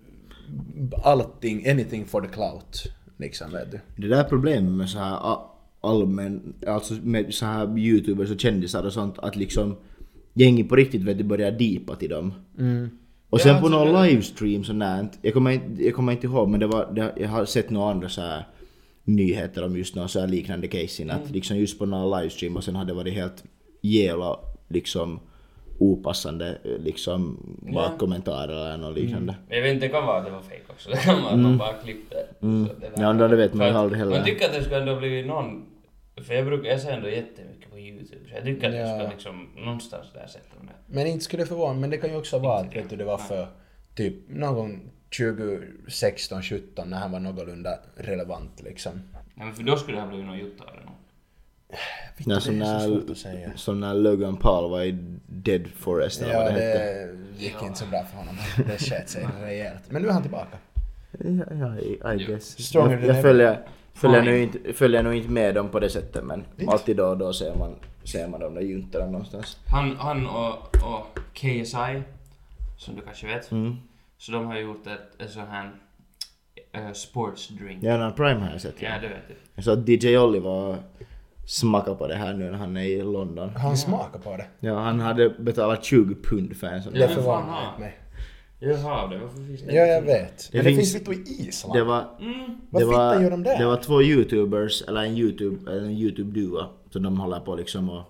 S1: allting, anything for the clout. Liksom, vet du.
S2: Det där problemet med så här alltså med så här YouTubers och kändisar och sånt, att liksom gängi på riktigt vet du börjar deepa till dem. Och sen på någon livestream sån där, jag kommer inte ihåg, men jag har sett några andra så här nyheter om just någon så här liknande case att liksom just på någon livestream och sen hade det varit helt jävla liksom opassande liksom bara kommentarer eller något liknande.
S3: Jag vet inte, det kan vara att det var fake också. Det kan vara att man bara klippte.
S2: Ja, det vet man ju aldrig heller.
S3: Man tycker att det skulle ändå blivit någon... För jag ser ändå jättemycket på YouTube. Så jag tycker att det skulle liksom någonstans där sätta dem där.
S1: Men inte skulle det förvåna, men det kan ju också vara att vet du, det var för typ någon gång 2016-17 när han var någorlunda relevant liksom.
S3: Ja, men för då skulle det ha blivit någon gjort av det nog.
S1: Det är så svårt att säga.
S2: Som när Logan Paul var i Dead Forest eller vad det hette.
S1: Det gick inte så bra för honom. Det sket sig rejält. Men nu är han tillbaka.
S2: Ja, I guess.
S1: Stronger
S2: Jag följer nog inte med dem på det sättet, men alltid då ser man dem där juntorna någonstans.
S3: Han och KSI, som du kanske vet, så de har gjort ett sån här sports drink.
S2: Ja, när Prime har jag sett.
S3: Ja, det vet du.
S2: Jag sa att DJ Oliver smakar på det här nu när han är i London.
S1: Han smakar på det.
S2: Ja, han hade betalat 20 pund för en sån.
S1: Det förvånar inte mig.
S3: Jaha, det var för finns det.
S1: Ja, jag vet. Men det finns lite i Island.
S2: Vad gör de där? Det var två YouTubers, eller en YouTube-duo, så de håller på liksom och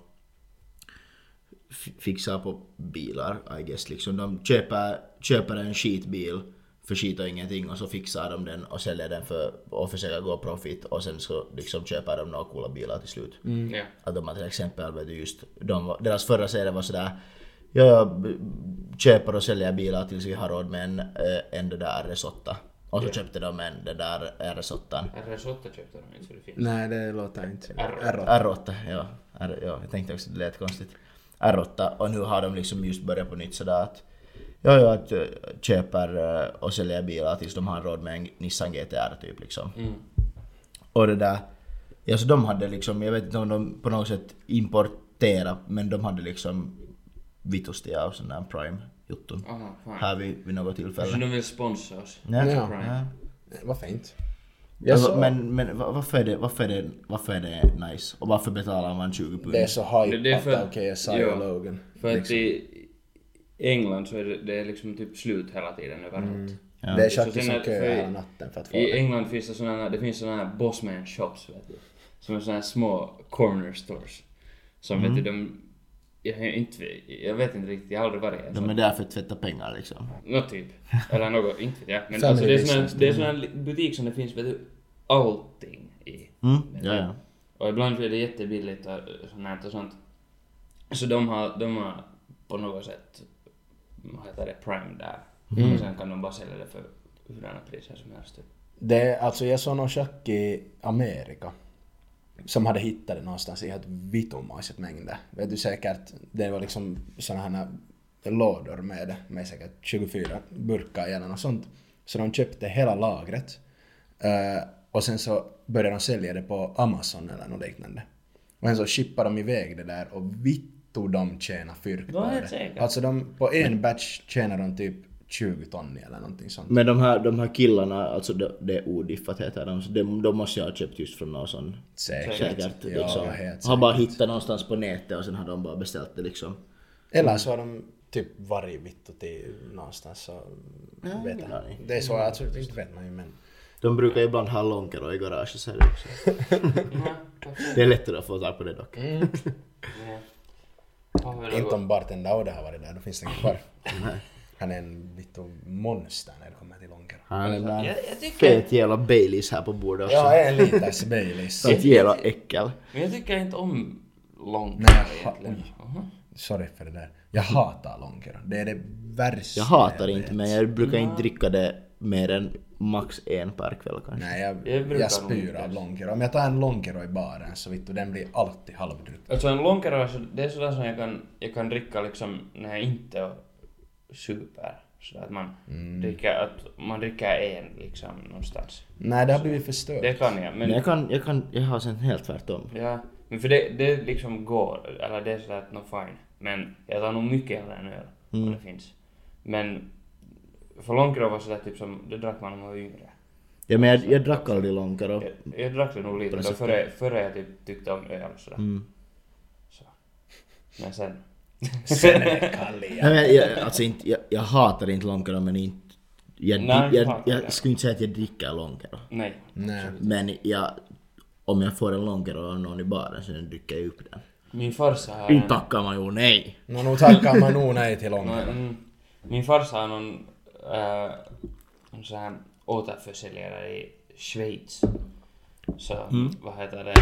S2: fixar på bilar, I guess. Liksom. De köper en skitbil för skit och ingenting och så fixar de den och säljer den och försöker gå profit och sen så liksom köper de några coola bilar till slut.
S3: Ja.
S2: Att de har till exempel, vet du, just deras förra serie var sådär, jag köper och säljer bilar tills vi har råd med en det där RS8. Och så köpte de en det där RS8.
S3: RS8 köpte de inte för det finns.
S1: Nej, det låter inte.
S2: R8, ja. Jag tänkte också det lät konstigt. R8, och nu har de liksom just börjat på nytt sådär att att köper och säljer bilar tills de har råd med en Nissan GT-R typ liksom. Och det där, ja, så de hade liksom, jag vet inte om de på något sätt importerar, men de hade liksom vitusti av sån där Prime-jutton. Här vid något tillfälle.
S3: Kanske de vill sponsra oss.
S2: Ja.
S1: Varför inte?
S2: Men varför är det nice? Och varför betalar man 20 pund?
S1: Det är så hypat
S3: för-
S1: av KSI och Logan.
S3: För att i England så är det är liksom typ slut hela tiden överallt.
S2: Ja.
S1: Det är
S3: Så
S1: tjackis som
S3: sen är-
S1: kö
S3: för
S1: hela natten för att få
S3: I
S1: det.
S3: England finns det såna här Bossman shops, vet du. Som är såna här små corner stores. Som vet du, jag vet inte riktigt, jag har aldrig varit i en
S2: De
S3: sån.
S2: är där för att tvätta pengar liksom.
S3: Något typ. Eller något, inte vet jag. Men
S1: Family
S3: alltså
S1: business,
S3: det är sån här butik som det finns, vet du, allting i.
S2: Ja.
S3: Och ibland är det jättebilligt och sånt här och sånt. Så de har på något sätt, vad heter det, Prime där. Och sen kan de bara sälja det för hurdana priser som helst.
S1: Alltså jag såg någon schack i Amerika som hade hittat det någonstans i helt vitomaiset mängder. Vet du säkert, det var liksom såna här lådor med säkert 24 burkar eller något sånt. Så de köpte hela lagret och sen så började de sälja det på Amazon eller något liknande. Och sen så shippade de iväg det där och vittu de tjänar fyrk på det. Alltså på en batch tjänar de typ 20 ton eller någonting sånt.
S2: Men de här killarna, alltså det är odiffat heter de, så de måste jag ha köpt just från någon sån. Säkert
S1: Ja,
S2: liksom.
S1: helt
S2: Har bara hittat någonstans på nätet och sen har de bara beställt det liksom.
S1: Eller så har de typ varit vittu till någonstans så vet jag. Det är så absolut inte vet man ju, men
S2: De brukar ibland ha Lonkero i garaget så här också. Det är lättare att få tag på det dock.
S1: inte om bartender Aude har varit där, då finns det inte kvar. Han är en vittu monster när det kommer till Lonkero.
S2: Han är en
S3: Jag
S2: fet jävla Baileys här på bordet också.
S1: Ja, en liters Baileys.
S2: Så ett jävla äckel.
S3: Men jag tycker inte om Lonkero
S1: Nej,
S3: egentligen.
S1: Sorry för det där. Jag hatar Lonkero. Det är det värsta.
S2: Jag hatar inte, men jag brukar inte dricka det mer än max en per kväll kanske.
S1: Nej,
S3: brukar
S1: jag spyr
S3: nog
S1: av
S3: inte.
S1: Lonkero. Om jag tar en Lonkero i baren så vittu, den blir alltid halvdrucken.
S3: Alltså en Lonkero, det är sådär som jag kan dricka liksom när jag inte är super. Så att man dricker en liksom någonstans.
S1: Nej, det har blivit förstört.
S3: Det kan jag. Men
S2: Jag har sen helt tvärtom.
S3: ja, men för det liksom går, eller det är sådär att no fine. Men jag tar nog mycket hellre än öl, om det finns. Men för Lonkero var sådär typ som, det drack man när man var yngre.
S2: Ja, men jag drack aldrig Lonkero.
S3: Jag drack det nog lite då, före jag typ tyckte om öl och sådär. Så. Men sen
S1: Sen är det Kallia.
S2: Nej, men jag hatar inte Lonkero, men inte jag skulle inte säga att jag dricker Lonkero.
S3: Nej.
S2: Men om jag får en Lonkero av någon i baren så dricker jag upp den.
S3: Min farsa har...
S2: Inte tackar man ju nej.
S1: Nu tackar man nog nej till Lonkero.
S3: Min farsa har någon sån här återförsäljare i Schweiz. Så vad heter det?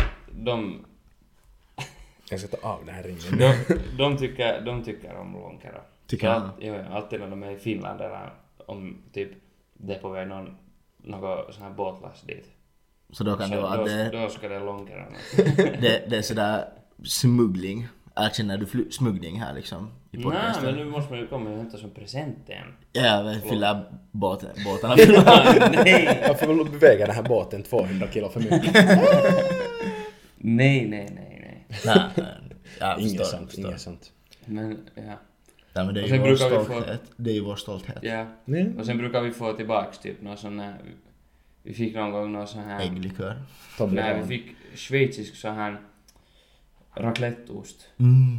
S1: Jag ska ta av den här ringen.
S3: De tycker om Lonkero.
S2: Tycker han?
S3: Ja, alltid när de är i Finland eller om typ det är på väg någon sån här båtlast dit.
S2: Så då kan det vara att
S3: då ska det Lonkero.
S2: det är sådär smuggling. Erkänner du smuggling här liksom i podcasten?
S3: Nej, men nu måste man ju komma och hämta som present igen.
S2: Ja, men fylla båtarna.
S3: Nej.
S1: Varför vill du beväga den här båten 200 kilo för mycket?
S3: Nej.
S2: Nej. Ja,
S1: Inget sånt.
S3: Men ja.
S2: Nej, men det är
S3: Och
S2: ju
S3: sen
S2: vår
S3: brukar vi
S2: stolthet. Det är ju vår stolthet.
S3: Ja.
S1: Mm.
S3: Och sen brukar vi få tillbaks typ någon sån här... Vi fick någon gång någon sån här...
S2: Ägglikör.
S3: Nej, vi fick schweizisk sån här racletteost.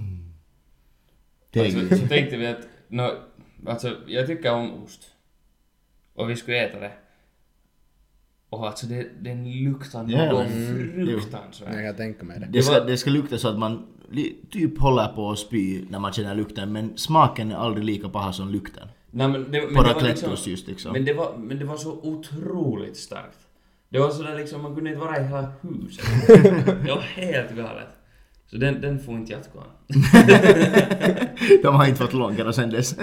S3: Alltså, så tänkte vi att... alltså, jag tycker om ost. Och vi skulle äta det. Och alltså, den luktar något fruktansvärt.
S1: Jag kan tänka mig det.
S2: Det ska lukta så att man typ håller på att spy när man känner lukten. Men smaken är aldrig lika paha som lukten.
S3: Nej, men
S2: på racletteost just liksom.
S3: Men det var så otroligt starkt. Det var sådär liksom, man kunde inte vara i hela huset. Det var helt galet. Så den får inte jag kvar.
S2: De har inte fått Lonkero sen dess.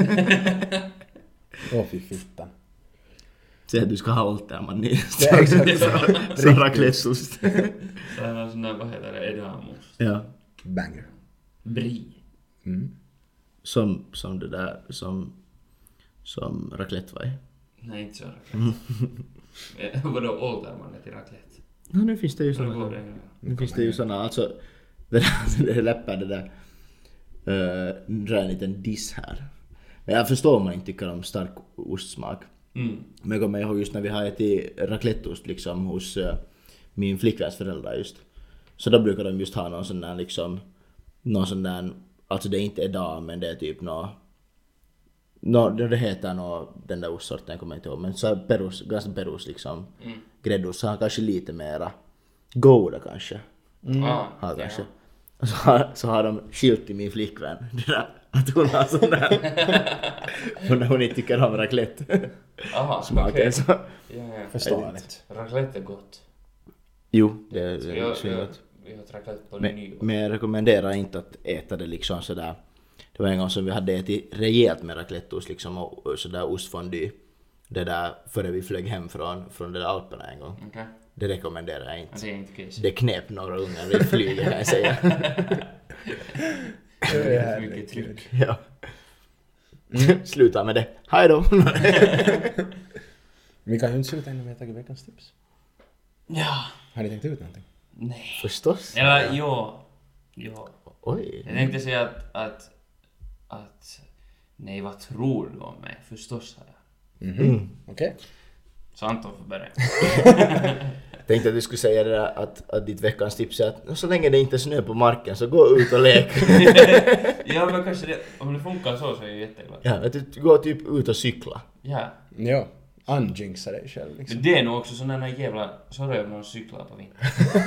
S1: Fy fittan.
S2: Säg att du ska ha Olterman i.
S1: Ja, exakt.
S2: Som racletteost.
S3: Så är någon sån där, vad heter det, edamost.
S2: Ja.
S1: Banger.
S3: Brie.
S2: Som det där, som raclette var i.
S3: Nej, inte så raclette. Vadå Olterman till raclette?
S2: Ja, nu finns det ju såna. Nu finns det ju såna, alltså det läppar det där drar en liten diss här. Men jag förstår om man inte tycker om stark ostsmak. Men jag kommer ihåg just när vi har ätit racletteost liksom hos min flickväns föräldrar just. Så då brukar de just ha någon sån där liksom, någon sån där, alltså det är inte edam men det är typ det heter den där ostsorten kommer jag inte ihåg, men så perus, ganska perus liksom gräddost, så har kanske lite mera goda kanske. Har kanske. Och så har de skilt i min flickvän det där, att hon har sån där när hon inte tycker om raclette.
S3: Aha,
S2: smaken
S3: okay.
S2: Så.
S3: Ja.
S1: Förståeligt.
S3: Raclette är gott.
S2: Jo, det är
S3: gott. Vi har raclette på nyår.
S2: Men jag rekommenderar inte att äta det liksom sådär. Det var en gång som vi hade ätit rejält med racletteost liksom och sådär ostfondue. Det där före vi flög hem från det där Alperna en gång.
S3: Okay.
S2: Det rekommenderar jag inte.
S3: Det är inte case.
S2: Det knep några ungar vid flyget kan jag säga.
S3: Det är för mycket tryck.
S2: Ja. Sluta med det. Hej då.
S1: Vi kan ju inte sluta innan vi har tagit veckans tips.
S3: Ja.
S1: Har ni tänkt ut någonting?
S3: Nej.
S2: Förstås.
S3: Eller ja.
S2: Oj.
S3: Jag tänkte säga att nej, vad tror du om mig? Förstås har jag.
S1: Okej.
S3: Så Anton får börja.
S2: Tänkte att du skulle säga det där att ditt veckans tips är att så länge det inte är snö på marken så gå ut och lek.
S3: Ja, men kanske det, om det funkar så är jag jätteglad.
S2: Ja, att du går typ ut och cykla.
S3: Ja.
S1: Ja. Unjinxa dig själv liksom.
S3: Men det är nog också sådana jävla... Sorry om någon cyklar på vintern.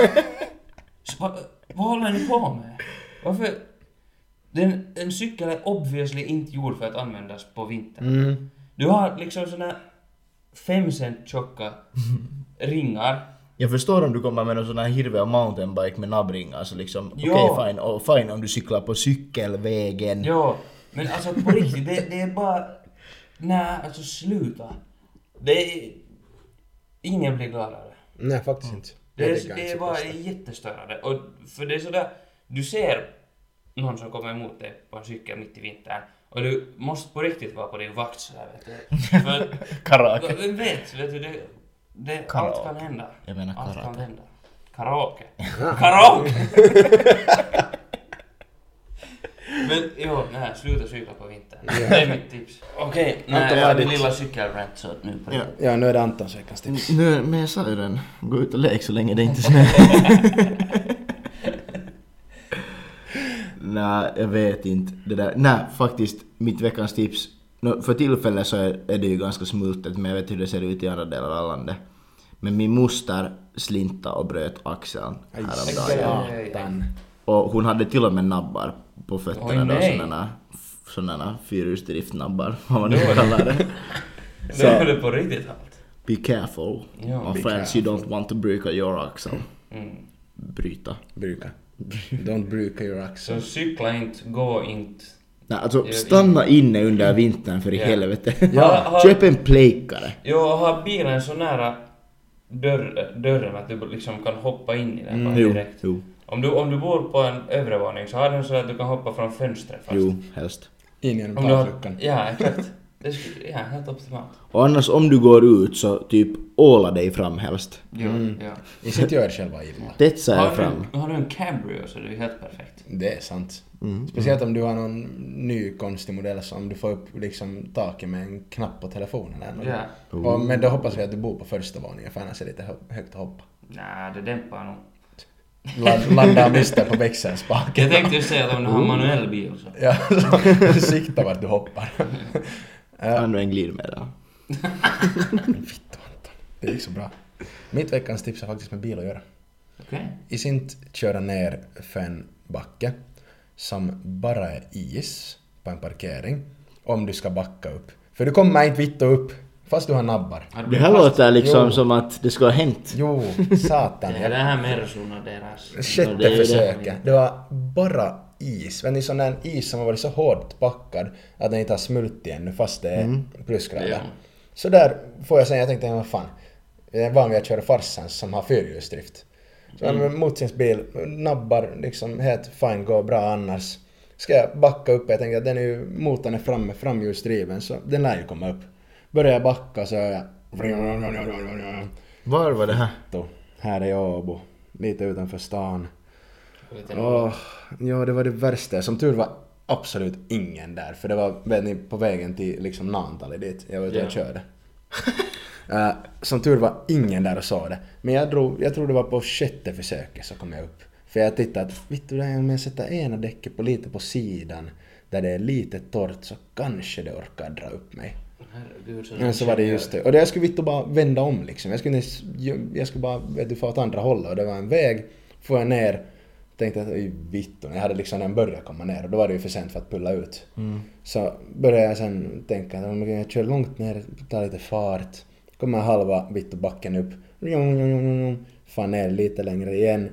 S3: Vad håller ni på med? Varför... En cykel är obviously inte gjord för att användas på vintern. Du har liksom såna 5 cent tjocka ringar.
S2: Jag förstår om du kommer med någon sån här hirve och mountainbike med nabbringar så liksom
S3: Ja.
S2: fine. Och fine om du cyklar på cykelvägen.
S3: Ja, men alltså på riktigt, det är bara... Nej, alltså sluta. Det är... Ingen blir gladare.
S1: Nej, faktiskt inte.
S3: Det är bara jättestörande. Och för det är sådär... Du ser någon som kommer emot dig på en cykel mitt i vintern. Och du måste på riktigt vara på din vakt sådär, vet du. För...
S2: Karaoke.
S3: Vem vet du, allt kan hända.
S2: Jag menar
S3: allt
S2: karate.
S3: kan hända. Karaoke. Karaoke! Men jo, nej, sluta cykla på vintern. Det är mitt tips. Okej, nej, jag har min lilla cykelrant så att nu på det.
S1: Ja, nu är det Antons veckans tips.
S2: Nu, men jag sa ju den. Gå ut och lek så länge det inte snö. Nej, jag vet inte. Det där. Nej, faktiskt, mitt veckans tips För tillfället så är det ju ganska smultet, men jag vet hur det ser ut i andra delar av landet. Men min moster slinta och bröt axeln häromdagen. Och hon hade till och med nabbar på fötterna då, sådana fyrhjulsdriftnabbar, vad man nu kallar det.
S3: Det är det på riktigt allt.
S2: Be careful, my friends, you don't want to break your axel. Bryta.
S1: Don't break your axel.
S3: Så cykla inte, gå inte.
S2: Nej, alltså stanna inne under vintern för i helvete.
S3: Ja.
S2: Köp en plejkare.
S3: Jo, ha bilen så nära dörren att du liksom kan hoppa in i den bara direkt.
S2: Jo.
S3: Om du bor på en övre våning så har den så att du kan hoppa från fönstret fast.
S2: Jo, helst.
S1: In genom takluckan.
S3: Ja, exakt. Det är helt optimalt.
S2: Och annars om du går ut så typ åla dig fram helst.
S3: Jo, ja.
S1: I sitt gör själva illa.
S2: Det säger fram.
S3: Har du en Cabrio så är det ju helt perfekt.
S1: Det är sant. Speciellt om du har någon ny konstig modell som du får upp liksom taket med en knapp på telefonen.
S3: Ja.
S1: Men då hoppas vi att du bor på första våningen för annars är det lite högt att hoppa.
S3: Nej, det dämpar nog.
S1: Landa mister på växelspaken.
S3: Jag tänkte ju säga att om du har manuell bil så.
S1: Ja, så sikta vart du hoppar.
S2: Ännu en glid med det.
S1: Fitt Anton. Det gick så bra. Mitt veckans tips har faktiskt med bil att göra.
S3: Okej.
S1: I sint köra ner för en backe som bara är is på en parkering om du ska backa upp. För du kommer inte vitt upp fast du har nabbar.
S2: Det här låter liksom som att det ska ha hänt.
S1: Jo, satan.
S3: Det är det här Mersunar deras.
S1: Sjätte försöket. Det var bara is. Men det är sån där is som har varit så hårt packad att den inte har smultit ännu fast det är plusgrader.
S3: Ja.
S1: Så där får jag säga, jag tänkte, vad fan. Jag är van vid att köra farsans som har fyrhjulsdrift. Så mot sin bil, nabbar liksom helt fine, går bra annars. Ska jag backa upp, jag tänker att den är ju, motorn är framme, framhjulsdriven så den lär ju komma upp. Börjar jag backa så jag...
S2: Var var det här?
S1: Här är Åbo, lite utanför stan. Ja, det var det värsta. Som tur var absolut ingen där. För det var på vägen till liksom Naantali dit. Jag var ute och körde. Som tur var ingen där och sa det. Men jag tror det var på sjätte försöket så kom jag upp. För jag tittade att vet du, om jag sätter ena däcket lite på sidan där det är lite torrt så kanske det orkar dra upp mig.
S3: Herregud,
S1: Men så var det just det. Och jag skulle vitt bara vända om liksom. Jag skulle bara få åt andra hållet. Och det var en väg. Får jag ner. Tänkte att vitt. Jag hade liksom den började komma ner. Och då var det ju för sent för att pulla ut. Så började jag sen tänka att om jag kör långt ner. Tar lite fart. Kommer halva vitt och backen upp. Fan ner lite längre igen.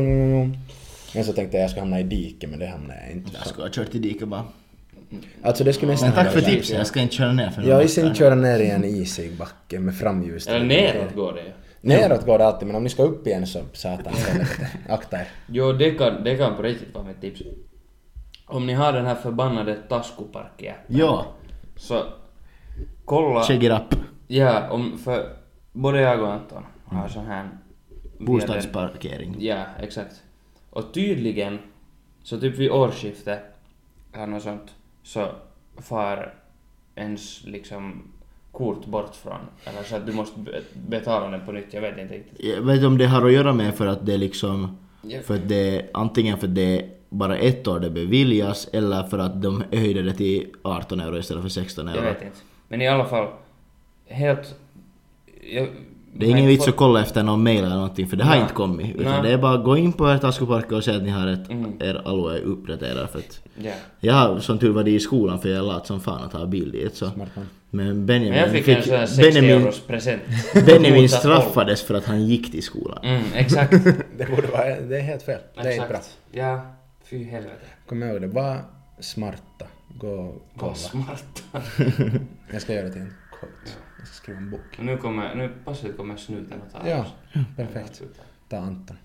S1: Men så tänkte jag ska hamna i diket. Men det hamnade jag inte.
S2: Jag skulle ha kört i diket bara.
S1: Alltså det skulle nästan...
S2: Men tack för tipset, jag ska inte köra ner för
S1: jag vill inte köra ner i en isig backe med framljus.
S3: Eller neråt går det.
S1: Neråt går det alltid, men om ni ska upp igen så satan, akta er.
S3: Jo, det kan på riktigt vara mitt tips. Om ni har den här förbannade taskuparkia.
S2: Ja.
S3: Så kolla...
S2: Check it up.
S3: Ja, för både jag och Anton har sån här...
S2: Bostadsparkering.
S3: Ja, exakt. Och tydligen, så typ vid årsskiftet eller något sånt, så far ens liksom kort bort från, eller så att du måste betala den på nytt, jag vet inte riktigt.
S2: Jag vet inte om det har att göra med för att det liksom,
S3: Yep.
S2: för att det, antingen för att det bara ett år det beviljas, eller för att de höjde det till 18 euro istället för 16 euro.
S3: Jag vet inte. Men i alla fall, helt...
S2: Det är ingen vits att kolla efter någon mail eller någonting, för det har inte kommit. Utan det är bara gå in på er taskupark och säga att ni har er alue uppdaterat. För att jag har som tur var det i skolan för jag lät som fan att ha bil dit. Så. Men Benjamin,
S3: jag fick en sån här 60 euros present.
S2: Benjamin straffades för att han gick till skolan.
S3: Exakt.
S1: Det är helt fel. Det är inte bra.
S3: Ja, fy helvete.
S1: Kom ihåg det, var smarta. Gå
S3: smarta.
S1: Jag ska göra det till en quote. Jag ska skriva en bok.
S3: Nu passligt kommer snuten att ta.
S1: Ja, perfekt. Ta Anton.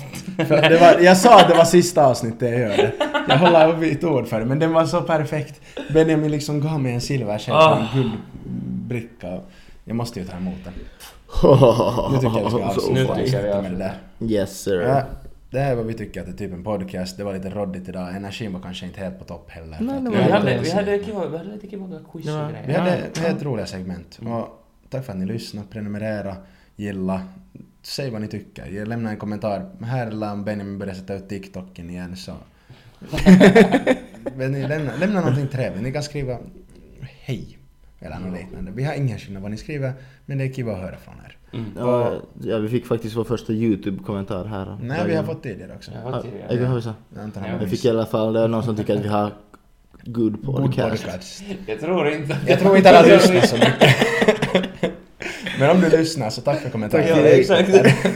S1: Jag sa att det var sista avsnittet jag gör. Jag håller upp ett ord för det, men den var så perfekt. Benjamin liksom gav mig en silversked och en guldbricka. Jag måste ju ta emot den. Nu tycker jag vi ska avsluta med det där.
S2: Yes sir.
S1: Det här är vad vi tycker att det är typ en podcast. Det var lite roddigt idag. Energin var kanske inte helt på topp heller.
S3: Vi hade lite kiva quiz och grejer.
S1: Vi hade helt roliga segment. Och tack för att ni lyssnade. Prenumerera, gilla. Säg vad ni tycker. Lämna en kommentar. Här eller om Benjamin börjar sätta ut TikToken igen så... lämna någonting trevligt. Ni kan skriva hej Eller något liknande. Vi har ingen skillnad vad ni skriver, men det är kul att höra från er.
S2: Ja, vi fick faktiskt vår första YouTube-kommentar här.
S1: Nej, vi har fått tidigare också.
S2: Jag har så. Jag fick i alla fall, det är någon som tycker att vi har good podcast.
S3: Jag tror inte
S1: alla lyssnar så mycket. Men om du lyssnar så tack för kommentaren.
S3: Ja, exakt.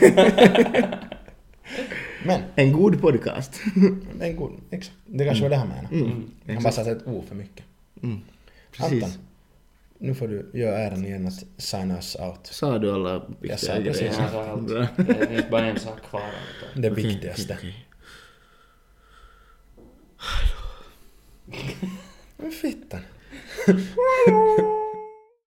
S1: Men
S2: en god podcast.
S1: en god, exakt. Det kanske var det han menar. Han bara satt ett ord för mycket.
S2: Precis.
S1: Anton, nu får du göra äran igen att signa us out.
S2: Sa du alla
S1: viktiga grejer?
S3: Precis, det finns bara en sak kvar.
S1: Det viktigaste.
S2: Okay.
S1: Men fittan.